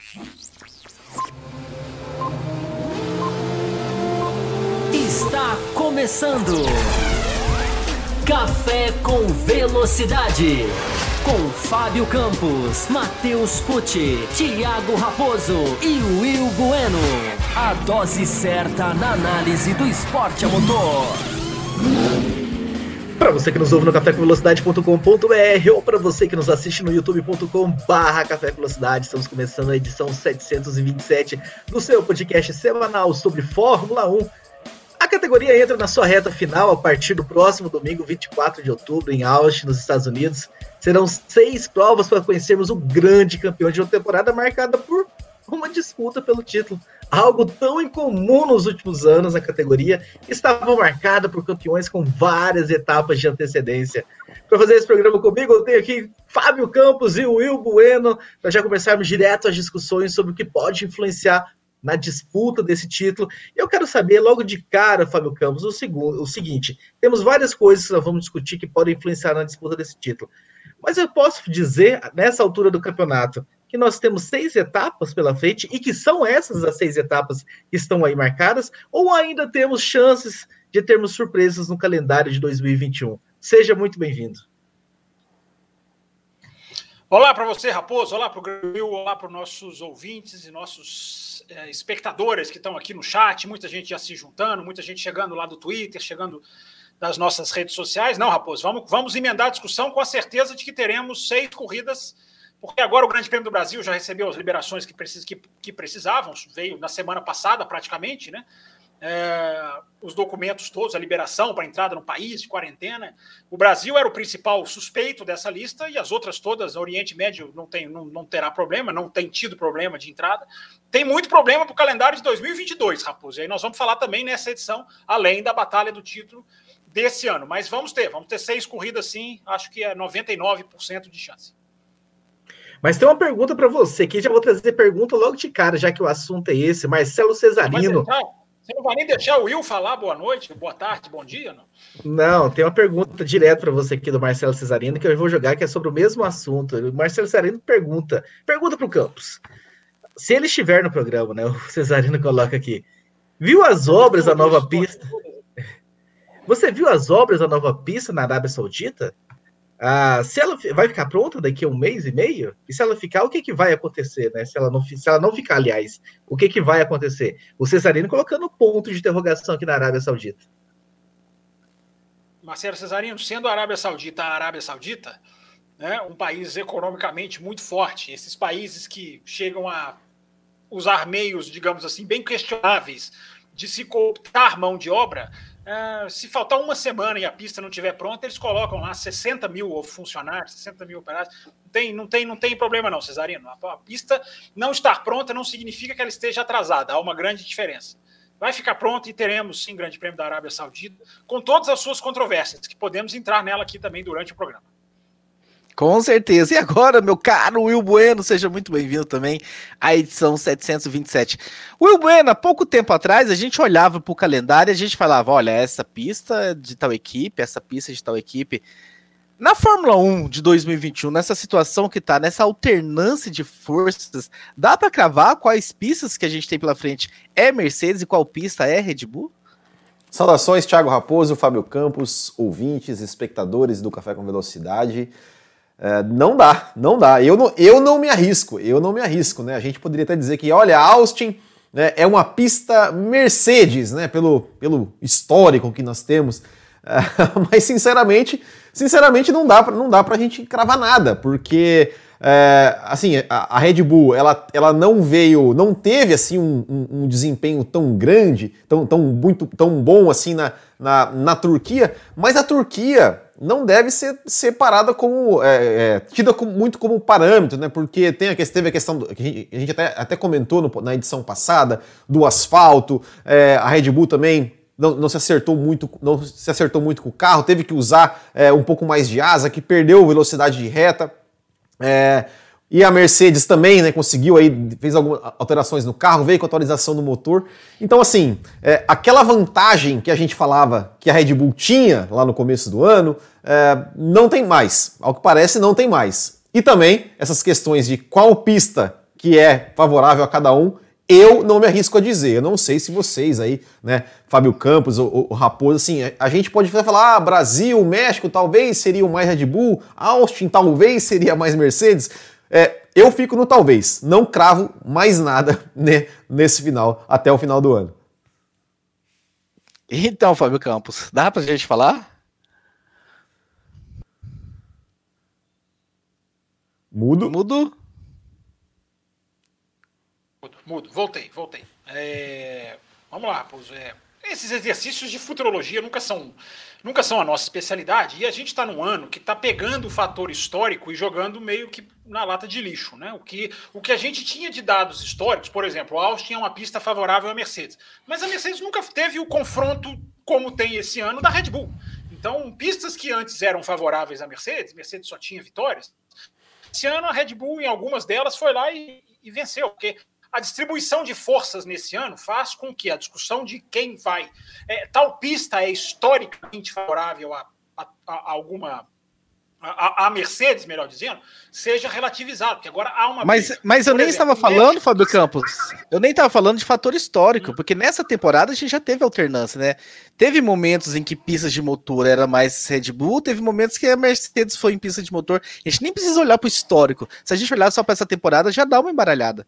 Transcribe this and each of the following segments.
Está começando Café com Velocidade, com Fábio Campos, Matheus Pucci, Thiago Raposo e Will Bueno. A dose certa na análise do esporte a motor. Para você que nos ouve no cafécomvelocidade.com.br ou para você que nos assiste no youtube.com/Café com Velocidade, estamos começando a edição 727 do seu podcast semanal sobre Fórmula 1. A categoria entra na sua reta final a partir do próximo domingo, 24 de outubro, em Austin, nos Estados Unidos. Serão 6 provas para conhecermos o grande campeão de uma temporada marcada por uma disputa pelo título. Algo tão incomum nos últimos anos na categoria, estava marcada por campeões com várias etapas de antecedência. Para fazer esse programa comigo, eu tenho aqui Fábio Campos e Will Bueno, para já começarmos direto as discussões sobre o que pode influenciar na disputa desse título. Eu quero saber logo de cara, Fábio Campos, o seguinte: temos várias coisas que nós vamos discutir que podem influenciar na disputa desse título. Mas eu posso dizer, nessa altura do campeonato, que nós temos 6 etapas pela frente e que são essas as 6 etapas que estão aí marcadas, ou ainda temos chances de termos surpresas no calendário de 2021? Seja muito bem-vindo. Olá para você, Raposo, olá para o Grêmio, olá para os nossos ouvintes e nossos espectadores que estão aqui no chat, muita gente já se juntando, muita gente chegando lá do Twitter, chegando das nossas redes sociais. Não, Raposo, vamos emendar a discussão com a certeza de que teremos 6 corridas, porque agora o Grande Prêmio do Brasil já recebeu as liberações que precisavam, veio na semana passada praticamente, né? Os documentos todos, a liberação para entrada no país, de quarentena. O Brasil era o principal suspeito dessa lista e as outras todas, o Oriente Médio não terá problema, não tem tido problema de entrada. Tem muito problema para o calendário de 2022, Raposo. E aí nós vamos falar também nessa edição, além da batalha do título desse ano. Mas vamos ter 6 corridas sim, acho que é 99% de chance. Mas tem uma pergunta para você, que já vou trazer pergunta logo de cara, já que o assunto é esse. Marcelo Cesarino. Você não vai nem deixar o Will falar boa noite, boa tarde, bom dia, não? Não, tem uma pergunta direto para você aqui do Marcelo Cesarino, que eu vou jogar, que é sobre o mesmo assunto. O Marcelo Cesarino pergunta para o Campos. Se ele estiver no programa, né? O Cesarino coloca aqui. Viu as obras da nova pista? Você viu as obras da nova pista na Arábia Saudita? Se ela vai ficar pronta daqui a 1 mês e meio, e se ela ficar, o que vai acontecer, né? Se ela não ficar, aliás, o que vai acontecer? O Cesarino colocando ponto de interrogação aqui na Arábia Saudita. Marcelo Cesarino, sendo a Arábia Saudita, né, um país economicamente muito forte, esses países que chegam a usar meios, digamos assim, bem questionáveis de se cooptar mão de obra. Se faltar 1 semana e a pista não estiver pronta, eles colocam lá 60 mil funcionários, 60 mil operários. Não tem problema não, Cesarino. A pista não estar pronta não significa que ela esteja atrasada. Há uma grande diferença. Vai ficar pronta e teremos, sim, Grande Prêmio da Arábia Saudita, com todas as suas controvérsias, que podemos entrar nela aqui também durante o programa. Com certeza. E agora, meu caro Will Bueno, seja muito bem-vindo também à edição 727. Will Bueno, há pouco tempo atrás, a gente olhava para o calendário e a gente falava, olha, essa pista é de tal equipe, essa pista é de tal equipe. Na Fórmula 1 de 2021, nessa situação que está, nessa alternância de forças, dá para cravar quais pistas que a gente tem pela frente é Mercedes e qual pista é Red Bull? Saudações, Thiago Raposo, Fábio Campos, ouvintes, espectadores do Café com Velocidade. Não dá. Eu não me arrisco, né? A gente poderia até dizer que, olha, Austin, né, é uma pista Mercedes, né? Pelo histórico que nós temos. Mas, sinceramente, não dá pra gente cravar nada, porque, assim, a Red Bull, ela não teve, assim, um desempenho tão grande, tão bom, assim, na Turquia, mas a Turquia não deve ser separada como, tida muito como parâmetro, né? Porque teve a questão, que a gente até comentou na edição passada, do asfalto, a Red Bull também não se acertou muito com o carro, teve que usar um pouco mais de asa, que perdeu velocidade de reta, e a Mercedes também, né, conseguiu aí, fez algumas alterações no carro, veio com atualização no motor. Então, assim, aquela vantagem que a gente falava que a Red Bull tinha lá no começo do ano, não tem mais. Ao que parece, não tem mais. E também essas questões de qual pista que é favorável a cada um, eu não me arrisco a dizer. Eu não sei se vocês aí, né, Fábio Campos, o Raposo, assim, a gente pode falar, Brasil, México, talvez seria mais Red Bull, Austin, talvez seria mais Mercedes. Eu fico no talvez, não cravo mais nada, né, nesse final, até o final do ano. Então, Fábio Campos, dá pra gente falar? Mudo. Voltei. Vamos lá, Raposo. Esses exercícios de futurologia nunca são a nossa especialidade, e a gente está num ano que está pegando o fator histórico e jogando meio que na lata de lixo, né? O que a gente tinha de dados históricos, por exemplo, o Austin é uma pista favorável à Mercedes, mas a Mercedes nunca teve o confronto como tem esse ano da Red Bull. Então, pistas que antes eram favoráveis à Mercedes só tinha vitórias. Esse ano a Red Bull, em algumas delas, foi lá e venceu, porque a distribuição de forças nesse ano faz com que a discussão de quem vai... tal pista é historicamente favorável a alguma... a Mercedes, melhor dizendo, seja relativizado, porque agora há uma... Mas eu nem estava falando, Fábio Campos, eu nem estava falando de fator histórico, porque nessa temporada a gente já teve alternância, né? Teve momentos em que pistas de motor era mais Red Bull, teve momentos que a Mercedes foi em pista de motor. A gente nem precisa olhar para o histórico. Se a gente olhar só para essa temporada, já dá uma embaralhada.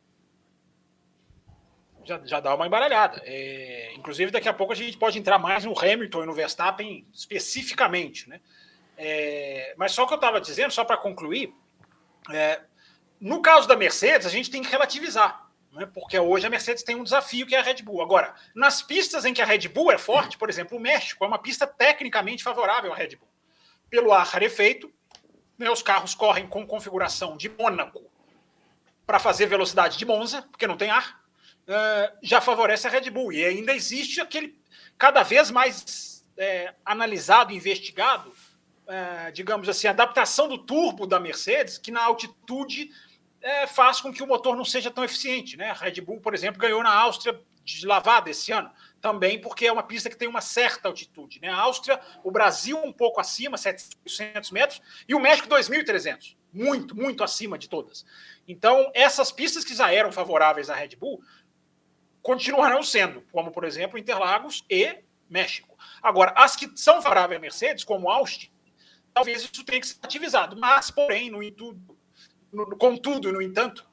Já dá uma embaralhada. Inclusive, daqui a pouco a gente pode entrar mais no Hamilton e no Verstappen especificamente, né? Mas só o que eu estava dizendo, só para concluir, no caso da Mercedes, a gente tem que relativizar, né? Porque hoje a Mercedes tem um desafio que é a Red Bull. Agora, nas pistas em que a Red Bull é forte, por exemplo, o México é uma pista tecnicamente favorável à Red Bull. Pelo ar rarefeito, né, os carros correm com configuração de Mônaco para fazer velocidade de Monza, porque não tem ar. Já favorece a Red Bull. E ainda existe aquele cada vez mais analisado, investigado, digamos assim, a adaptação do turbo da Mercedes, que na altitude faz com que o motor não seja tão eficiente, né? A Red Bull, por exemplo, ganhou na Áustria de lavada esse ano, também porque é uma pista que tem uma certa altitude, né? A Áustria, o Brasil um pouco acima, 700 metros, e o México 2.300, muito, muito acima de todas. Então, essas pistas que já eram favoráveis à Red Bull continuarão sendo, como, por exemplo, Interlagos e México. Agora, as que são favoráveis à Mercedes, como Austin, talvez isso tenha que ser ativizado, mas, porém, contudo, no entanto,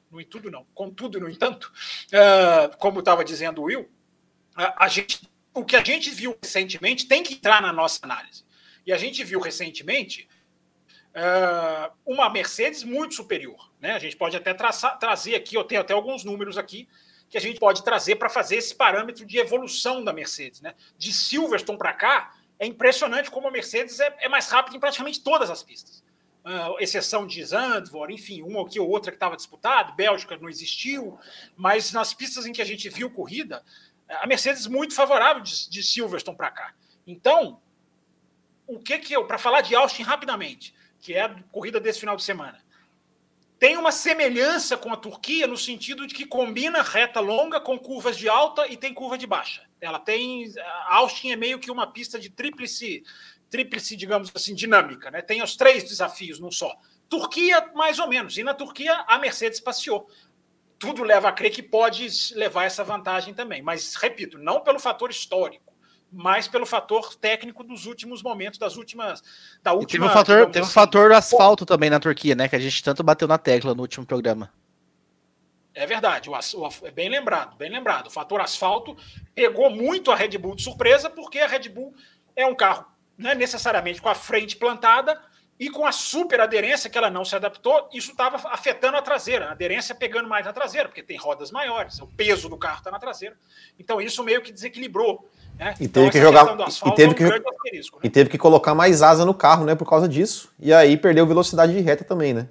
como estava dizendo o Will, o que a gente viu recentemente tem que entrar na nossa análise. E a gente viu recentemente uma Mercedes muito superior, né? A gente pode até trazer aqui, eu tenho até alguns números aqui, que a gente pode trazer para fazer esse parâmetro de evolução da Mercedes, né? De Silverstone para cá, é impressionante como a Mercedes é mais rápida em praticamente todas as pistas. Exceção de Zandvoort, enfim, uma aqui ou outra que estava disputada, Bélgica não existiu, mas nas pistas em que a gente viu corrida, a Mercedes muito favorável de Silverstone para cá. Então, para falar de Austin rapidamente, que é a corrida desse final de semana, tem uma semelhança com a Turquia no sentido de que combina reta longa com curvas de alta e tem curva de baixa. A Austin é meio que uma pista de tríplice, digamos assim, dinâmica, né? Tem os 3 desafios num só. Turquia, mais ou menos. E na Turquia, a Mercedes passeou. Tudo leva a crer que pode levar essa vantagem também. Mas, repito, não pelo fator histórico, mas pelo fator técnico dos últimos momentos, da última. Teve um fator asfalto também na Turquia, né? Que a gente tanto bateu na tecla no último programa. É verdade, é bem lembrado, bem lembrado. O fator asfalto pegou muito a Red Bull de surpresa, porque a Red Bull é um carro, né, necessariamente com a frente plantada e com a super aderência que ela não se adaptou. Isso estava afetando a traseira, a aderência pegando mais na traseira, porque tem rodas maiores, o peso do carro está na traseira. Então isso meio que desequilibrou. Né? E teve que jogar e teve que colocar mais asa no carro, né, por causa disso. E aí perdeu velocidade de reta também, né?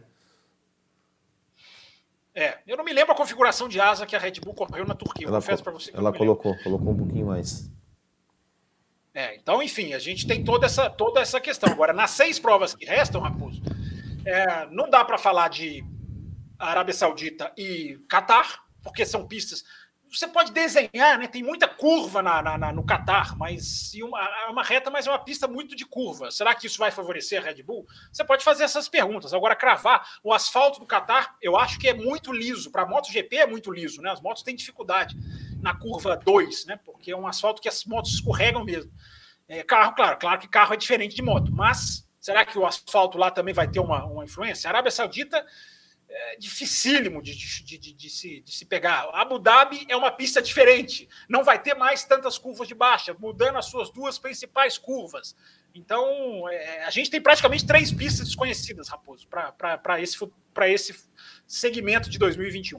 Eu não me lembro a configuração de asa que a Red Bull correu na Turquia. Eu confesso para você que ela colocou um pouquinho mais. Então, enfim, a gente tem toda essa questão. Agora, nas 6 provas que restam, Raposo, não dá para falar de Arábia Saudita e Catar, porque são pistas. você pode desenhar, né? Tem muita curva no Qatar, mas uma reta, mas é uma pista muito de curva. Será que isso vai favorecer a Red Bull? Você pode fazer essas perguntas. Agora, cravar o asfalto do Qatar, eu acho que é muito liso. Para a MotoGP é muito liso, né? As motos têm dificuldade na curva 2, né? Porque é um asfalto que as motos escorregam mesmo. Carro, claro que carro é diferente de moto, mas será que o asfalto lá também vai ter uma influência? A Arábia Saudita é dificílimo de se pegar. Abu Dhabi é uma pista diferente, não vai ter mais tantas curvas de baixa, mudando as suas duas principais curvas. Então, a gente tem praticamente 3 pistas desconhecidas, Raposo, para esse segmento de 2021.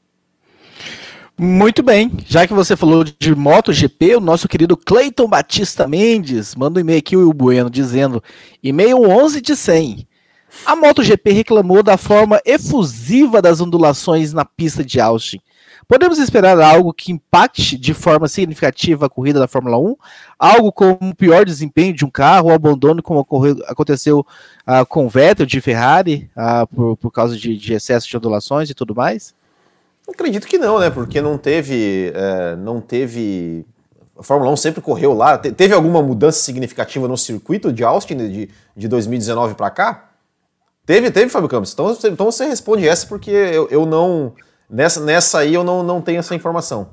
Muito bem, já que você falou de MotoGP, o nosso querido Cleiton Batista Mendes manda um e-mail aqui, o Will Bueno, dizendo, e-mail 11 de 100. A MotoGP reclamou da forma efusiva das ondulações na pista de Austin. Podemos esperar algo que impacte de forma significativa a corrida da Fórmula 1? Algo como o pior desempenho de um carro, ou abandono como aconteceu com o Vettel de Ferrari, por causa de excesso de ondulações e tudo mais? Acredito que não, né? Porque não teve. A Fórmula 1 sempre correu lá. Teve alguma mudança significativa no circuito de Austin de 2019 para cá? Teve, Fábio Campos. Então você responde essa, porque eu não. Nessa aí eu não tenho essa informação.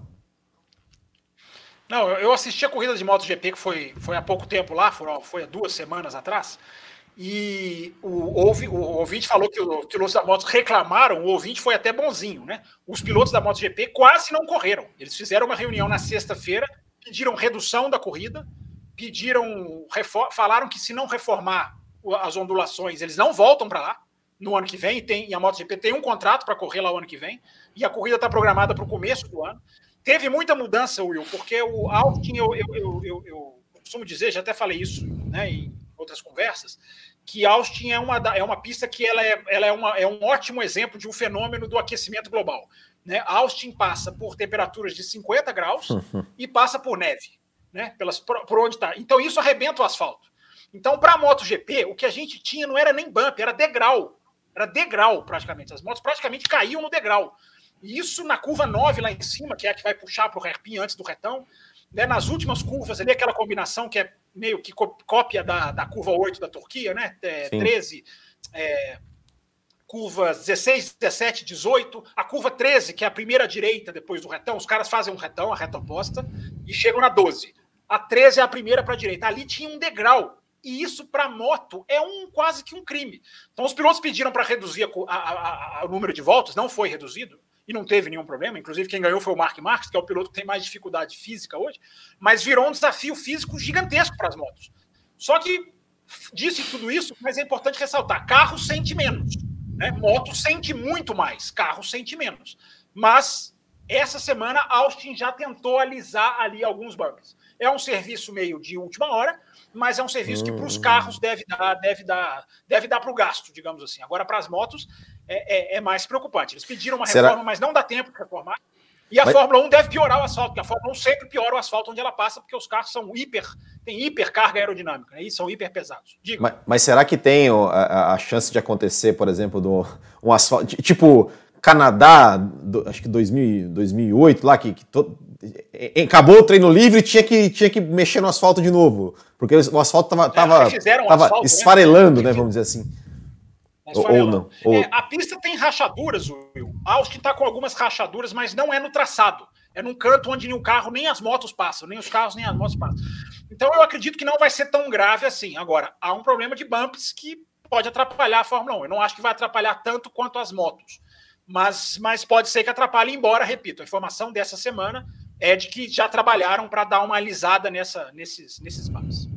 Não, eu assisti a corrida de MotoGP, que foi há pouco tempo lá, foi há 2 semanas atrás. E o ouvinte falou que os pilotos da moto reclamaram, o ouvinte foi até bonzinho, né? Os pilotos da MotoGP quase não correram. Eles fizeram uma reunião na sexta-feira, pediram redução da corrida, falaram que se não reformar as ondulações, eles não voltam para lá no ano que vem, e a MotoGP tem um contrato para correr lá o ano que vem, e a corrida está programada para o começo do ano. Teve muita mudança, Will, porque o Austin, eu costumo dizer, já até falei isso, né, em outras conversas, que Austin é uma pista que ela é um ótimo exemplo de um fenômeno do aquecimento global. Né? Austin passa por temperaturas de 50 graus e passa por neve, né? Por onde está. Então isso arrebenta o asfalto. Então, para a MotoGP, o que a gente tinha não era nem bump, era degrau. Era degrau, praticamente. As motos praticamente caíam no degrau. E isso na curva 9 lá em cima, que é a que vai puxar para o hairpin antes do retão, né? Nas últimas curvas ali, aquela combinação que é meio que cópia da curva 8 da Turquia, né? 13, curvas 16, 17, 18, a curva 13, que é a primeira direita depois do retão, os caras fazem um retão, a reta oposta, e chegam na 12. A 13 é a primeira para a direita. Ali tinha um degrau. E isso, para moto, é quase que um crime. Então, os pilotos pediram para reduzir o número de voltas, não foi reduzido, e não teve nenhum problema. Inclusive, quem ganhou foi o Marc Marques, que é o piloto que tem mais dificuldade física hoje, mas virou um desafio físico gigantesco para as motos. Só que, disse tudo isso, mas é importante ressaltar, carro sente menos. Né? Moto sente muito mais, carro sente menos. Mas, essa semana, Austin já tentou alisar ali alguns bugs. É um serviço meio de última hora, mas é um serviço que para os carros deve dar para o gasto, digamos assim. Agora, para as motos, é mais preocupante. Eles pediram uma reforma, mas não dá tempo de reformar. E a Fórmula 1 deve piorar o asfalto, porque a Fórmula 1 sempre piora o asfalto onde ela passa, porque os carros têm hipercarga aerodinâmica, né? E são hiper pesados. Mas será que tem a chance de acontecer, por exemplo, um asfalto... Tipo, Canadá, acho que 2008, lá, que acabou o treino livre e tinha que mexer no asfalto de novo, porque o asfalto estava esfarelando, né, vamos dizer assim. Ou não. A pista tem rachaduras, Will. Austin está com algumas rachaduras, mas não é no traçado. É num canto onde nem o carro, nem as motos passam, nem os carros, nem as motos passam. Então eu acredito que não vai ser tão grave assim. Agora, há um problema de bumps que pode atrapalhar a Fórmula 1. Eu não acho que vai atrapalhar tanto quanto as motos. Mas pode ser que atrapalhe, embora, repito, a informação dessa semana é de que já trabalharam para dar uma alisada nesses bumps.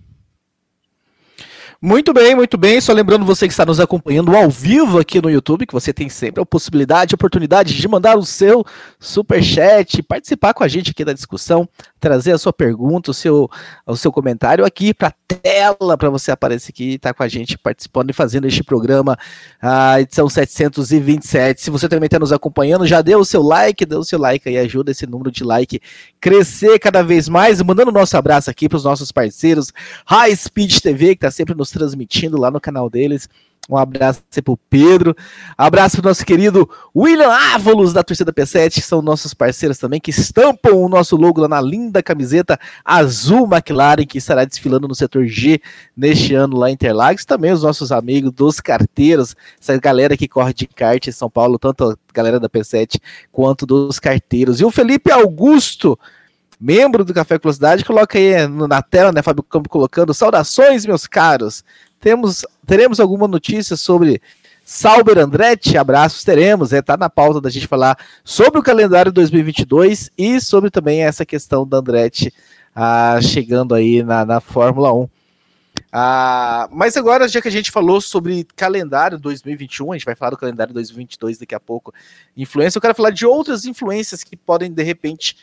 Muito bem. Só lembrando você que está nos acompanhando ao vivo aqui no YouTube, que você tem sempre a possibilidade, a oportunidade de mandar o seu superchat, participar com a gente aqui da discussão, trazer a sua pergunta, o seu comentário aqui para a tela, para você aparecer aqui e estar com a gente participando e fazendo este programa, a edição 727. Se você também está nos acompanhando, já dê o seu like aí, ajuda esse número de like crescer cada vez mais, mandando o nosso abraço aqui para os nossos parceiros, High Speed TV, que está sempre nos transmitindo lá no canal deles, Um abraço para o Pedro. Abraço para o nosso querido William Ávolos, da torcida P7, que são nossos parceiros também, que estampam o nosso logo lá na linda camiseta azul McLaren, que estará desfilando no setor G neste ano lá em Interlagos. Também os nossos amigos dos carteiros, essa galera que corre de kart em São Paulo, tanto a galera da P7 quanto dos carteiros. E o Felipe Augusto, membro do Café com Velocidade, coloca aí na tela, né, Fábio Campos colocando: saudações, meus caros. Teremos alguma notícia sobre Sauber Andretti? Abraços, teremos. Tá na pauta da gente falar sobre o calendário 2022 e sobre também essa questão da Andretti chegando aí na Fórmula 1. Mas agora, já que a gente falou sobre calendário 2021, a gente vai falar do calendário 2022 daqui a pouco, influência, eu quero falar de outras influências que podem, de repente,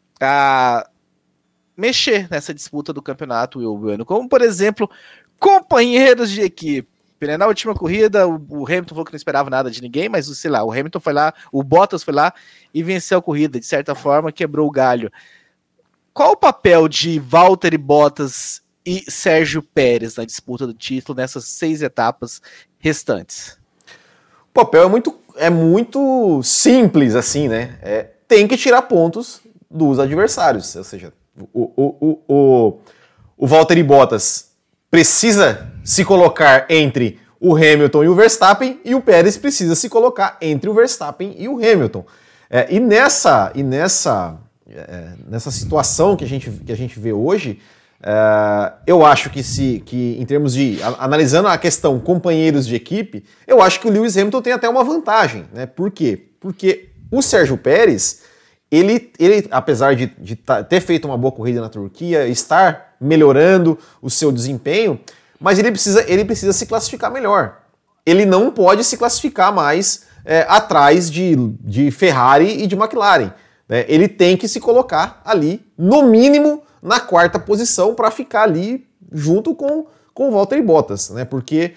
mexer nessa disputa do campeonato, Will Bueno, como, por exemplo, companheiros de equipe. Na última corrida, o Hamilton falou que não esperava nada de ninguém, mas, sei lá, o Hamilton foi lá, o Bottas foi lá e venceu a corrida, de certa forma, quebrou o galho. Qual o papel de Valtteri Bottas e Sérgio Pérez na disputa do título nessas 6 etapas restantes? O papel é muito simples, assim, né? Tem que tirar pontos dos adversários, ou seja, o Valtteri Bottas precisa se colocar entre o Hamilton e o Verstappen, e o Pérez precisa se colocar entre o Verstappen e o Hamilton. E nessa situação que a gente vê hoje, eu acho que em termos de, analisando a questão companheiros de equipe, eu acho que o Lewis Hamilton tem até uma vantagem, né? Por quê? Porque o Sérgio Pérez, ele apesar de ter feito uma boa corrida na Turquia, estar melhorando o seu desempenho, mas ele precisa se classificar melhor. Ele não pode se classificar mais atrás de Ferrari e de McLaren, né? Ele tem que se colocar ali, no mínimo, na 4ª posição, para ficar ali junto com o Valtteri Bottas, né? Porque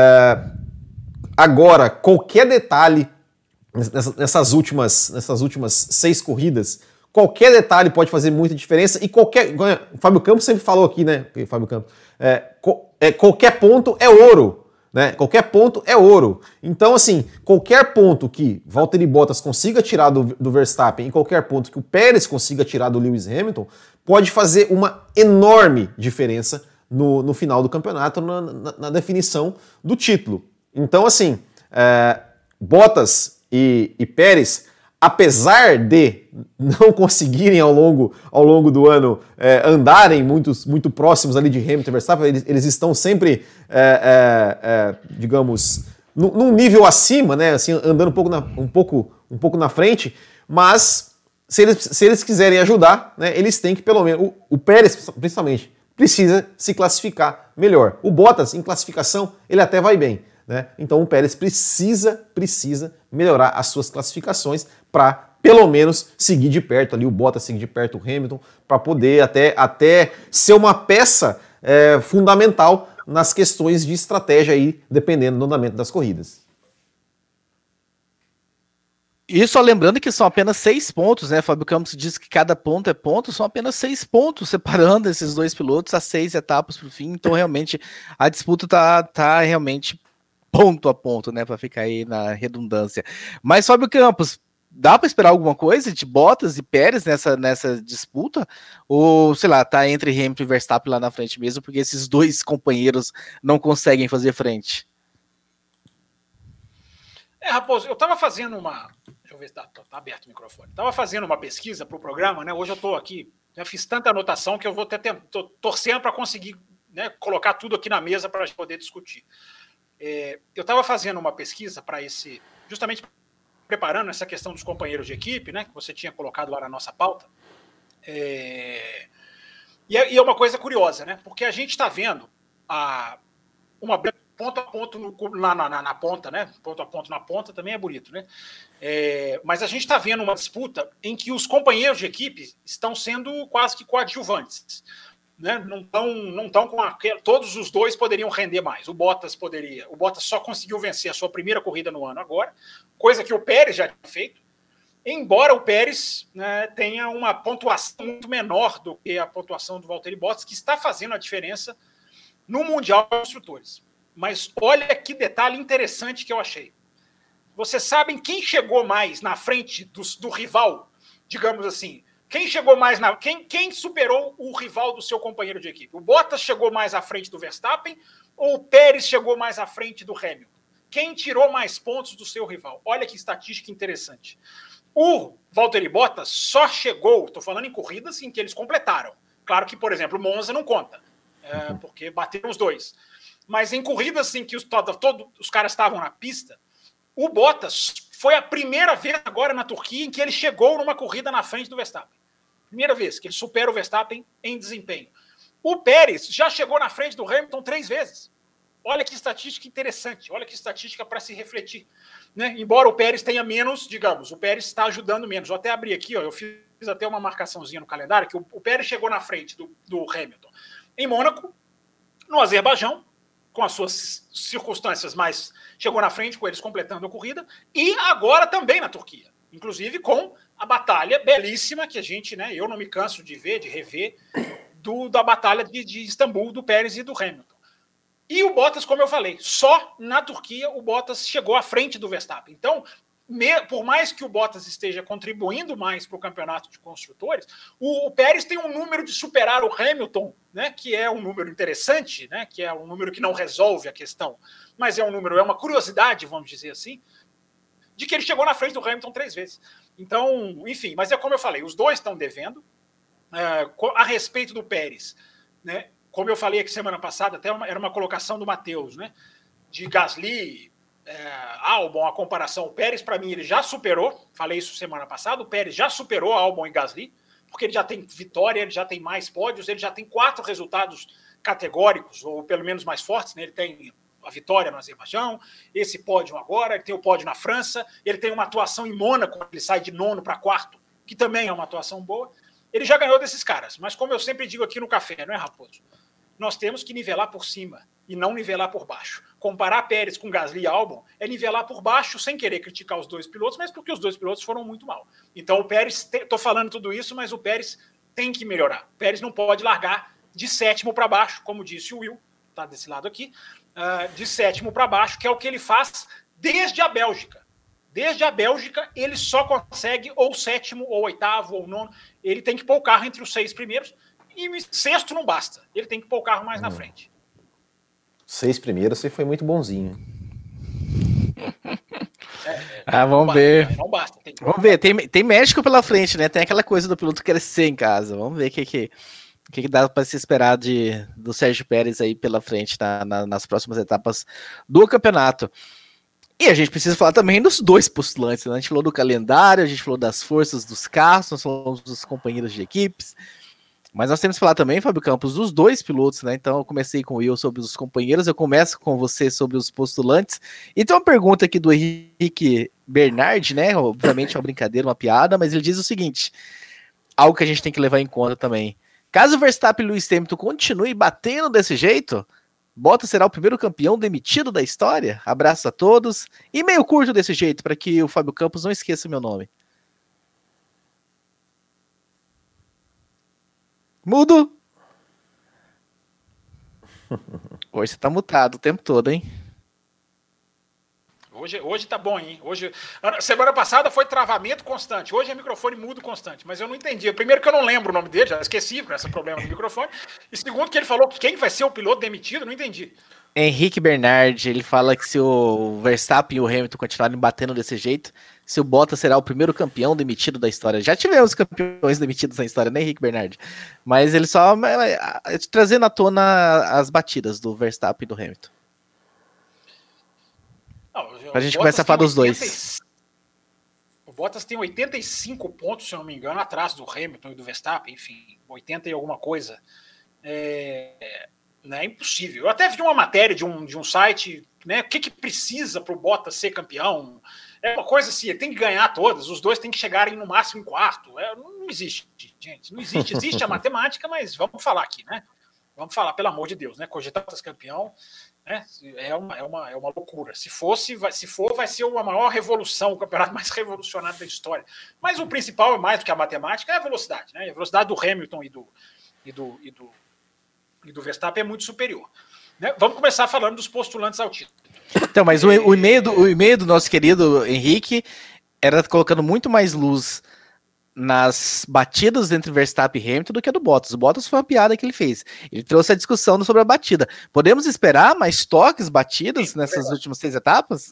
agora, qualquer detalhe nessas últimas 6 corridas, qualquer detalhe pode fazer muita diferença, e o Fábio Campos sempre falou aqui, né? Fábio Campos, qualquer ponto é ouro, né? Qualquer ponto é ouro. Então, assim, qualquer ponto que Valtteri Bottas consiga tirar do Verstappen e qualquer ponto que o Pérez consiga tirar do Lewis Hamilton pode fazer uma enorme diferença no final do campeonato, na definição do título. Então, assim, Bottas e Pérez, apesar de não conseguirem ao longo do ano andarem muito próximos ali de Hamilton e Verstappen, eles estão sempre, digamos, num nível acima, né, assim, andando um pouco na frente, mas se eles quiserem ajudar, né, eles têm que, pelo menos, o Pérez principalmente, precisa se classificar melhor. O Bottas, em classificação, ele até vai bem, né? Então o Pérez precisa melhorar as suas classificações para, pelo menos, seguir de perto ali, o Bottas seguir de perto o Hamilton, para poder até ser uma peça fundamental nas questões de estratégia aí, dependendo do andamento das corridas. E só lembrando que são apenas 6 pontos, né? Fábio Campos diz que cada ponto é ponto, são apenas 6 pontos separando esses dois pilotos a 6 etapas para o fim. Então, realmente, a disputa tá realmente ponto a ponto, né? Para ficar aí na redundância. Mas, Fábio Campos, dá para esperar alguma coisa de Bottas e Pérez nessa disputa? Ou, sei lá, tá entre Hamilton e Verstappen lá na frente mesmo, porque esses dois companheiros não conseguem fazer frente? Raposo, eu estava fazendo uma... Deixa eu ver se tá aberto o microfone. Estava fazendo uma pesquisa para o programa, né? Hoje eu estou aqui, já fiz tanta anotação que eu vou tô torcendo para conseguir, né, colocar tudo aqui na mesa para a gente poder discutir. Eu estava fazendo uma pesquisa para justamente preparando essa questão dos companheiros de equipe, né, que você tinha colocado lá na nossa pauta. E é uma coisa curiosa, né? Porque a gente está vendo uma ponto a ponto na ponta, né? Ponto a ponto na ponta também é bonito, né? Mas a gente está vendo uma disputa em que os companheiros de equipe estão sendo quase que coadjuvantes, né? Não estão com todos os dois poderiam render mais. O Bottas só conseguiu vencer a sua primeira corrida no ano agora, coisa que o Pérez já tinha feito, embora o Pérez, né, tenha uma pontuação muito menor do que a pontuação do Valtteri Bottas, que está fazendo a diferença no Mundial de Construtores. Mas olha que detalhe interessante que eu achei. Vocês sabem quem chegou mais na frente do rival, digamos assim? Quem chegou mais quem superou o rival do seu companheiro de equipe? O Bottas chegou mais à frente do Verstappen ou o Pérez chegou mais à frente do Hamilton? Quem tirou mais pontos do seu rival? Olha que estatística interessante. O Valtteri Bottas só chegou, estou falando em corridas em que eles completaram. Claro que, por exemplo, o Monza não conta, porque bateram os dois. Mas em corridas em que os caras estavam na pista, o Bottas foi a primeira vez agora na Turquia em que ele chegou numa corrida na frente do Verstappen. Primeira vez que ele supera o Verstappen em desempenho. O Pérez já chegou na frente do Hamilton 3 vezes. Olha que estatística interessante, olha que estatística para se refletir. Né? Embora o Pérez tenha menos, digamos, o Pérez está ajudando menos. Eu até abri aqui, eu fiz até uma marcaçãozinha no calendário, que o Pérez chegou na frente do Hamilton em Mônaco, no Azerbaijão, com as suas circunstâncias, mas chegou na frente com eles completando a corrida, e agora também na Turquia, inclusive com a batalha belíssima que a gente, né, eu não me canso de rever, da batalha de Istambul, do Pérez e do Hamilton. E o Bottas, como eu falei, só na Turquia o Bottas chegou à frente do Verstappen. Então, por mais que o Bottas esteja contribuindo mais para o campeonato de construtores, o Pérez tem um número de superar o Hamilton, né, que é um número interessante, né, que é um número que não resolve a questão, mas é uma curiosidade, vamos dizer assim, de que ele chegou na frente do Hamilton 3 vezes. Então, enfim, mas é como eu falei, os dois estão devendo. A respeito do Pérez, né, como eu falei aqui semana passada, até era uma colocação do Matheus, né, de Gasly, Albon, a comparação, o Pérez, para mim, ele já superou, falei isso semana passada, o Pérez já superou Albon e Gasly, porque ele já tem vitória, ele já tem mais pódios, ele já tem 4 resultados categóricos, ou pelo menos mais fortes, né? Ele tem a vitória no Azerbaijão, esse pódio agora, ele tem o pódio na França, ele tem uma atuação em Mônaco, ele sai de 9º para 4º, que também é uma atuação boa, ele já ganhou desses caras, mas como eu sempre digo aqui no café, não é, Raposo? Nós temos que nivelar por cima e não nivelar por baixo. Comparar Pérez com Gasly e Albon é nivelar por baixo, sem querer criticar os 2 pilotos, mas porque os 2 pilotos foram muito mal. Então o Pérez, estou falando tudo isso, mas o Pérez tem que melhorar. O Pérez não pode largar de 7º para baixo, como disse o Will, está desse lado aqui, de 7º para baixo, que é o que ele faz desde a Bélgica. Desde a Bélgica, ele só consegue ou 7º, ou 8º, ou 9º. Ele tem que pôr o carro entre os 6 primeiros, e 6º não basta. Ele tem que pôr o carro mais na frente. 6 primeiros, você foi muito bonzinho. Vamos ver. Não basta. Vamos ver, tem México pela frente, né? Tem aquela coisa do piloto crescer em casa. Vamos ver o que dá para se esperar do Sérgio Pérez aí pela frente nas próximas etapas do campeonato. E a gente precisa falar também dos 2 postulantes, né? A gente falou do calendário, a gente falou das forças dos carros, nós falamos dos companheiros de equipes, mas nós temos que falar também, Fábio Campos, dos 2 pilotos, né? Então eu comecei com o Will sobre os companheiros, eu começo com você sobre os postulantes. E tem uma pergunta aqui do Henrique Bernard, né? Obviamente é uma brincadeira, uma piada, mas ele diz o seguinte, algo que a gente tem que levar em conta também. Caso o Verstappen e Lewis Hamilton continue batendo desse jeito, Bottas será o primeiro campeão demitido da história? Abraço a todos. E meio curto desse jeito, para que o Fábio Campos não esqueça meu nome. Mudo! Hoje você tá mutado o tempo todo, hein? Hoje tá bom, hein? Semana passada foi travamento constante. Hoje é microfone mudo constante. Mas eu não entendi. Primeiro que eu não lembro o nome dele, já esqueci com esse problema do microfone. E segundo que ele falou que quem vai ser o piloto demitido, não entendi. Henrique Bernard, ele fala que se o Verstappen e o Hamilton continuarem batendo desse jeito, se o Bottas será o primeiro campeão demitido da história. Já tivemos campeões demitidos na história, né, Henrique Bernard? Mas ele só trazendo à tona as batidas do Verstappen e do Hamilton. A gente começa a falar dos 2. O Bottas tem 85 pontos, se eu não me engano, atrás do Hamilton e do Verstappen, enfim, 80 e alguma coisa. É impossível. Eu até vi uma matéria de um site, né? O que precisa para o Bottas ser campeão? É uma coisa assim, ele tem que ganhar todas, os dois têm que chegarem no máximo em 4º. Não existe, gente, não existe. Existe a matemática, mas vamos falar aqui, né? Vamos falar, pelo amor de Deus, né? Cogitar Bottas campeão, né? É uma loucura. Se for, vai ser a maior revolução, o campeonato mais revolucionário da história. Mas o principal, é mais do que a matemática, é a velocidade, né? A velocidade do Hamilton e do Verstappen é muito superior. Né? Vamos começar falando dos postulantes ao título. Então, mas o e-mail do nosso querido Henrique era colocando muito mais luz nas batidas entre Verstappen e Hamilton do que a do Bottas. O Bottas foi uma piada que ele fez. Ele trouxe a discussão sobre a batida. Podemos esperar mais toques, batidas nessas últimas 6 etapas?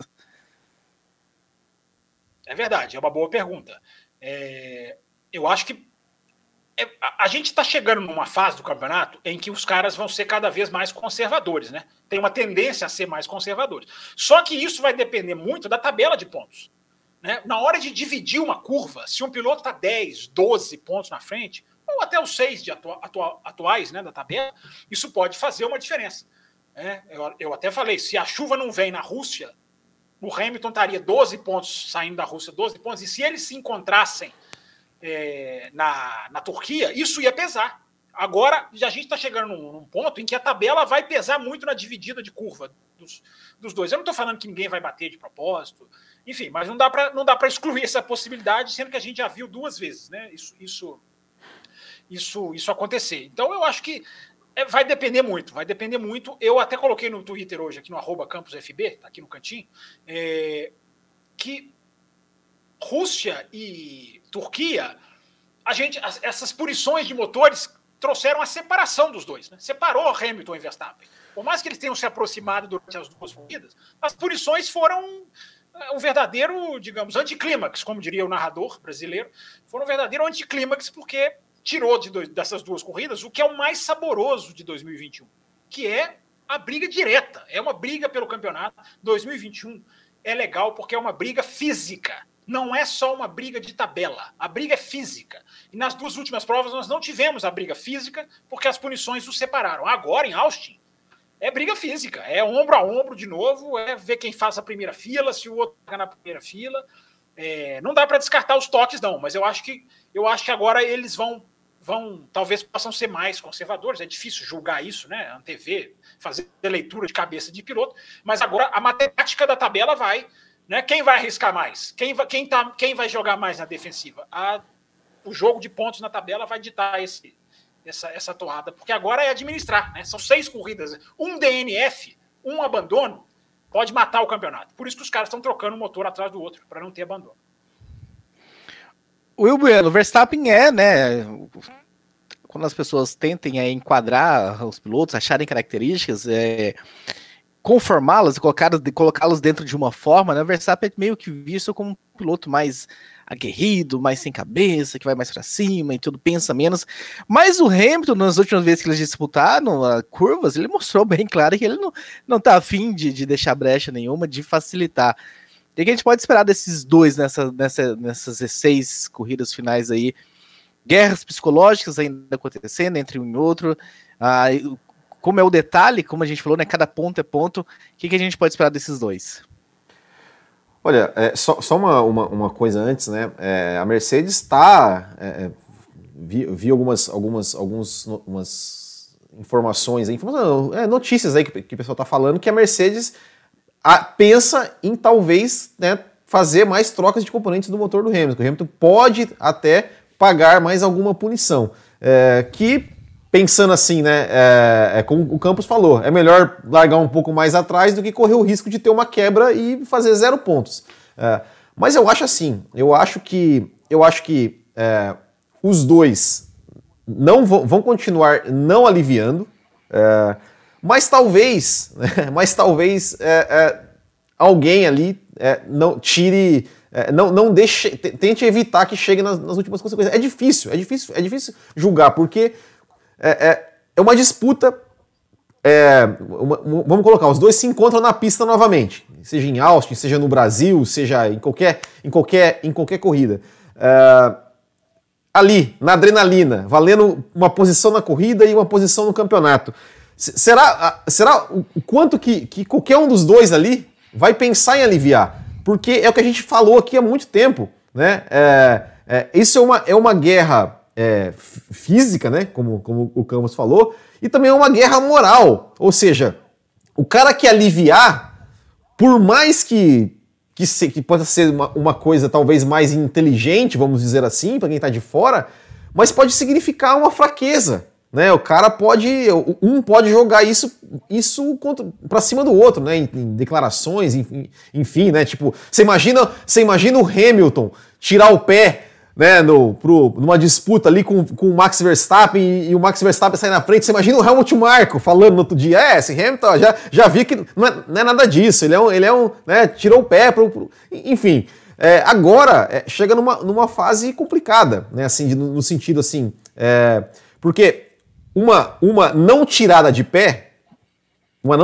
É verdade, é uma boa pergunta. Eu acho que a gente está chegando numa fase do campeonato em que os caras vão ser cada vez mais conservadores, né? Tem uma tendência a ser mais conservadores. Só que isso vai depender muito da tabela de pontos. Né? Na hora de dividir uma curva, se um piloto está 10, 12 pontos na frente, ou até os 6 atuais, né, da tabela, isso pode fazer uma diferença. Né? Eu até falei, se a chuva não vem na Rússia, o Hamilton estaria 12 pontos saindo da Rússia, 12 pontos, e se eles se encontrassem na Turquia, isso ia pesar. Agora, a gente está chegando num ponto em que a tabela vai pesar muito na dividida de curva dos dois. Eu não estou falando que ninguém vai bater de propósito, enfim, mas não dá para excluir essa possibilidade, sendo que a gente já viu 2 vezes, né? Isso acontecer. Então, eu acho que vai depender muito. Eu até coloquei no Twitter hoje, aqui no @campusfb, tá aqui no cantinho, que Rússia e Turquia, essas punições de motores trouxeram a separação dos dois, né? Separou Hamilton e Verstappen. Por mais que eles tenham se aproximado durante as 2 corridas, as punições foram um verdadeiro, digamos, anticlímax, como diria o narrador brasileiro, foram um verdadeiro anticlímax porque tirou dessas 2 corridas o que é o mais saboroso de 2021, que é a briga direta, é uma briga pelo campeonato. 2021 é legal porque é uma briga física. Não é só uma briga de tabela, a briga é física. E nas 2 últimas provas nós não tivemos a briga física porque as punições os separaram. Agora, em Austin, é briga física, é ombro a ombro de novo, é ver quem faz a primeira fila, se o outro pega na primeira fila. Não dá para descartar os toques, não, mas eu acho que agora eles talvez possam ser mais conservadores. É difícil julgar isso, né? Antever, fazer leitura de cabeça de piloto, mas agora a matemática da tabela vai... Né? Quem vai arriscar mais? Quem vai jogar mais na defensiva? O jogo de pontos na tabela vai ditar essa toada, porque agora é administrar. Né? São 6 corridas. Um DNF, um abandono, pode matar o campeonato. Por isso que os caras estão trocando um motor atrás do outro, para não ter abandono. O Will Bueno, o Verstappen né? Quando as pessoas tentem enquadrar os pilotos, acharem características... conformá-las, colocá-los dentro de uma forma, né? O Verstappen é meio que visto como um piloto mais aguerrido, mais sem cabeça, que vai mais para cima e tudo, pensa menos. Mas o Hamilton, nas últimas vezes que eles disputaram curvas, ele mostrou bem claro que ele não tá afim de deixar brecha nenhuma, de facilitar. E o que a gente pode esperar desses dois nessas 6 corridas finais aí? Guerras psicológicas ainda acontecendo entre um e outro, como é o detalhe, como a gente falou, né? Cada ponto é ponto. O que a gente pode esperar desses dois? Olha, só uma coisa antes, né? A Mercedes está... vi algumas informações, notícias aí que o pessoal está falando, que a Mercedes pensa em talvez, né, fazer mais trocas de componentes do motor do Hamilton. O Hamilton pode até pagar mais alguma punição. Que... Pensando assim, né, como o Campos falou, é melhor largar um pouco mais atrás do que correr o risco de ter uma quebra e fazer 0 pontos. Mas eu acho assim, eu acho que os dois não vão continuar não aliviando, mas talvez alguém ali não tire... não deixe, tente evitar que chegue nas últimas consequências. É difícil julgar, porque é uma disputa. Vamos colocar, os dois se encontram na pista novamente, seja em Austin, seja no Brasil, seja em qualquer corrida. Ali, na adrenalina, valendo uma posição na corrida e uma posição no campeonato. Será o quanto que qualquer um dos dois ali vai pensar em aliviar? Porque é o que a gente falou aqui há muito tempo, né? Isso é uma guerra física, né? Como o Campos falou, e também é uma guerra moral. Ou seja, o cara que aliviar, por mais que possa ser uma coisa talvez mais inteligente, vamos dizer assim, para quem está de fora, mas pode significar uma fraqueza. né? O cara pode jogar isso para cima do outro, né? Em declarações, enfim, né? Tipo, você imagina o Hamilton tirar o pé, né, numa disputa ali com o Max Verstappen e o Max Verstappen sair na frente. Você imagina o Helmut Marko falando no outro dia, esse Hamilton já vi que não é nada disso, ele é um né, tirou o pé enfim. Agora chega numa fase complicada, né, assim, no sentido assim, porque uma não tirada de pé, uma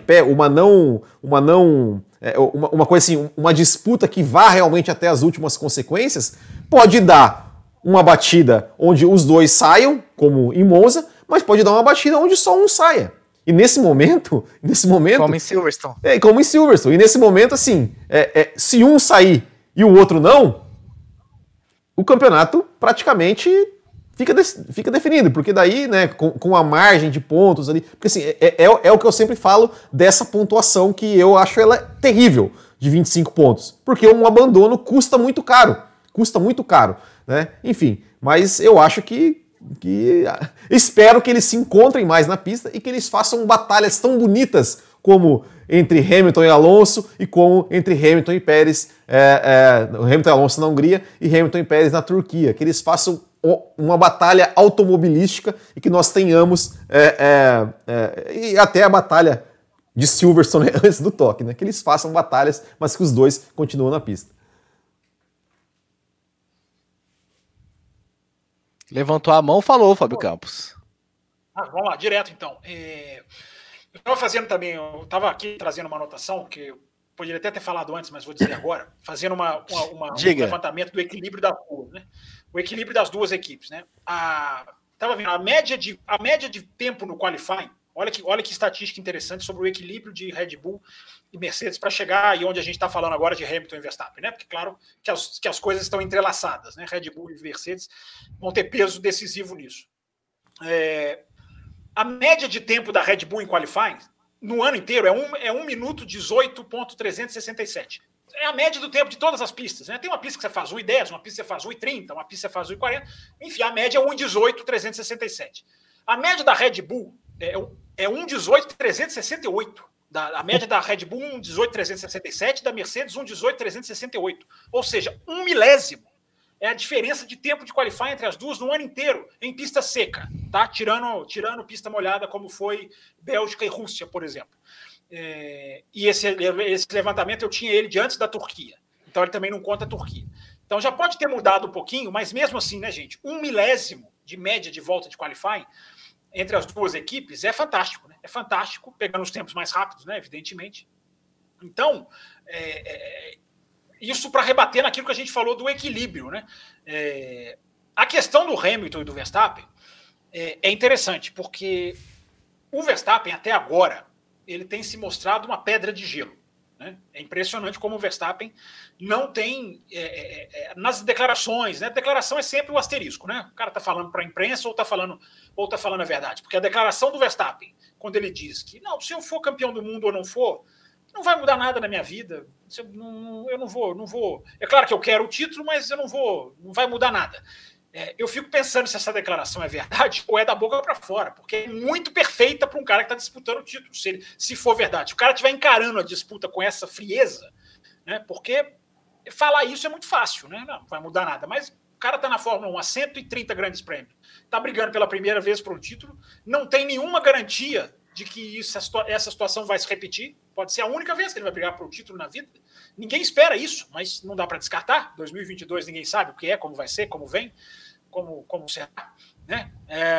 coisa assim, uma disputa que vá realmente até as últimas consequências, pode dar uma batida onde os dois saiam, como em Monza, mas pode dar uma batida onde só um saia. E nesse momento... Como em Silverstone. Como em Silverstone. E nesse momento, assim, se um sair e o outro não, o campeonato praticamente fica definido, porque daí, né, com a margem de pontos ali, porque assim, é o que eu sempre falo dessa pontuação que eu acho ela terrível, de 25 pontos, porque um abandono custa muito caro, né, enfim, mas eu acho que espero que eles se encontrem mais na pista e que eles façam batalhas tão bonitas como entre Hamilton e Alonso e como entre Hamilton e Pérez, Hamilton e Alonso na Hungria e Hamilton e Pérez na Turquia, que eles façam uma batalha automobilística e que nós tenhamos e até a batalha de Silverstone antes do toque, né? Que eles façam batalhas, mas que os dois continuam na pista. Levantou a mão, falou, Fábio Campos. Vamos lá, direto então. Eu estava fazendo também, eu estava aqui trazendo uma anotação que eu poderia até ter falado antes, mas vou dizer agora, fazendo um levantamento do equilíbrio da rua, né? O equilíbrio das duas equipes, né? Estava vendo a média de tempo no qualifying. Olha que estatística interessante sobre o equilíbrio de Red Bull e Mercedes para chegar aí onde a gente está falando agora de Hamilton e Verstappen, né? Porque claro que as coisas estão entrelaçadas, né? Red Bull e Mercedes vão ter peso decisivo nisso. A média de tempo da Red Bull em qualifying no ano inteiro é 1 minuto 18.367. É a média do tempo de todas as pistas, né? Tem uma pista que você faz 1:10, uma pista que você faz 1:30, uma pista que você faz 1:40. Enfim, a média é 1:18.367. A média da Red Bull é 1:18.368. A média da Red Bull 1:18.367, da Mercedes 1:18.368. Ou seja, 1 milésimo é a diferença de tempo de qualifying entre as duas no ano inteiro, em pista seca, tá? Tirando pista molhada, como foi Bélgica e Rússia, por exemplo. E esse levantamento eu tinha ele de antes da Turquia, então ele também não conta a Turquia. Então já pode ter mudado um pouquinho, mas mesmo assim, né, gente, 1 milésimo de média de volta de qualifying entre as duas equipes é fantástico, né? É fantástico, pegando os tempos mais rápidos, né, evidentemente. Então, isso para rebater naquilo que a gente falou do equilíbrio, né? A questão do Hamilton e do Verstappen é interessante, porque o Verstappen até agora ele tem se mostrado uma pedra de gelo, né? É impressionante como o Verstappen não tem nas declarações, né? Declaração é sempre o asterisco, né? O cara está falando para a imprensa ou está falando a verdade, porque a declaração do Verstappen, quando ele diz que não, se eu for campeão do mundo ou não for, não vai mudar nada na minha vida. Eu não vou. É claro que eu quero o título, mas não vai mudar nada. Eu fico pensando se essa declaração é verdade ou é da boca para fora, porque é muito perfeita para um cara que está disputando o título, se for verdade. Se o cara estiver encarando a disputa com essa frieza, né, porque falar isso é muito fácil, né? Não vai mudar nada, mas o cara está na Fórmula 1 há 130 grandes prêmios, está brigando pela primeira vez por um título, não tem nenhuma garantia de que essa situação vai se repetir. Pode ser a única vez que ele vai brigar por um título na vida. Ninguém espera isso, mas não dá para descartar. 2022 ninguém sabe o que é, como vai ser, como vem, como será, né?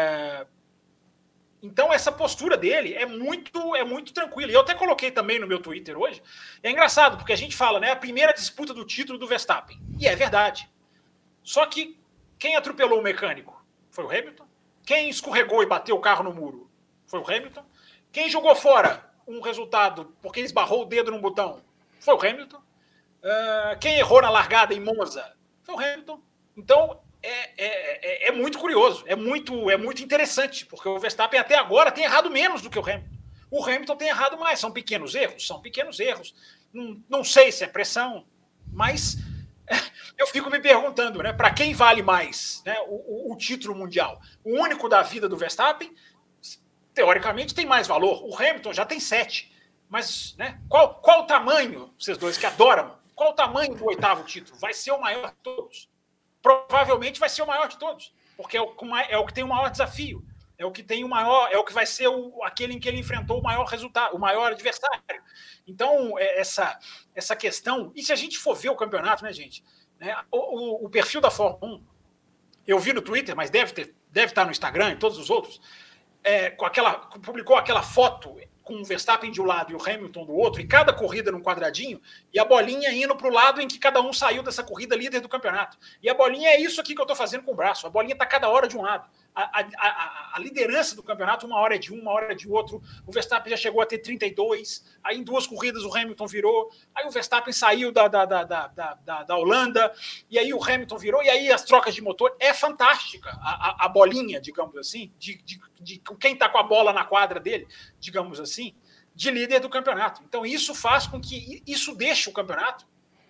Então essa postura dele é muito tranquila. E eu até coloquei também no meu Twitter hoje. É engraçado, porque a gente fala, né, a primeira disputa do título do Verstappen. E é verdade. Só que quem atropelou o mecânico foi o Hamilton. Quem escorregou e bateu o carro no muro foi o Hamilton. Quem jogou fora um resultado porque esbarrou o dedo num botão foi o Hamilton. Quem errou na largada em Monza foi o Hamilton. Então é muito curioso, é muito interessante, porque o Verstappen até agora tem errado menos do que o Hamilton. O Hamilton tem errado mais. São pequenos erros. Não sei se é pressão, mas eu fico me perguntando, né, para quem vale mais, né, o título mundial? O único da vida do Verstappen, teoricamente, tem mais valor. O Hamilton já tem 7. Mas, né, qual o tamanho, vocês dois que adoram, qual o tamanho do 8º título? Vai ser o maior de todos? Provavelmente vai ser o maior de todos, porque é o que tem o maior desafio. É o que tem o maior, é o que vai ser aquele em que ele enfrentou o maior resultado, o maior adversário. Então, essa questão. E se a gente for ver o campeonato, né, gente? Né, o perfil da Fórmula 1, eu vi no Twitter, mas deve estar no Instagram e todos os outros, publicou aquela foto com o Verstappen de um lado e o Hamilton do outro, e cada corrida num quadradinho, e a bolinha indo para o lado em que cada um saiu dessa corrida líder do campeonato. E a bolinha é isso aqui que eu estou fazendo com o braço. A bolinha está cada hora de um lado. A liderança do campeonato, uma hora é de um, uma hora é de outro. O Verstappen já chegou a ter 32. Aí em 2 corridas o Hamilton virou. Aí o Verstappen saiu da Holanda. E aí o Hamilton virou. E aí as trocas de motor. É fantástica a bolinha, digamos assim, de quem está com a bola na quadra dele, digamos assim, de líder do campeonato. Então isso faz com que isso deixe o campeonato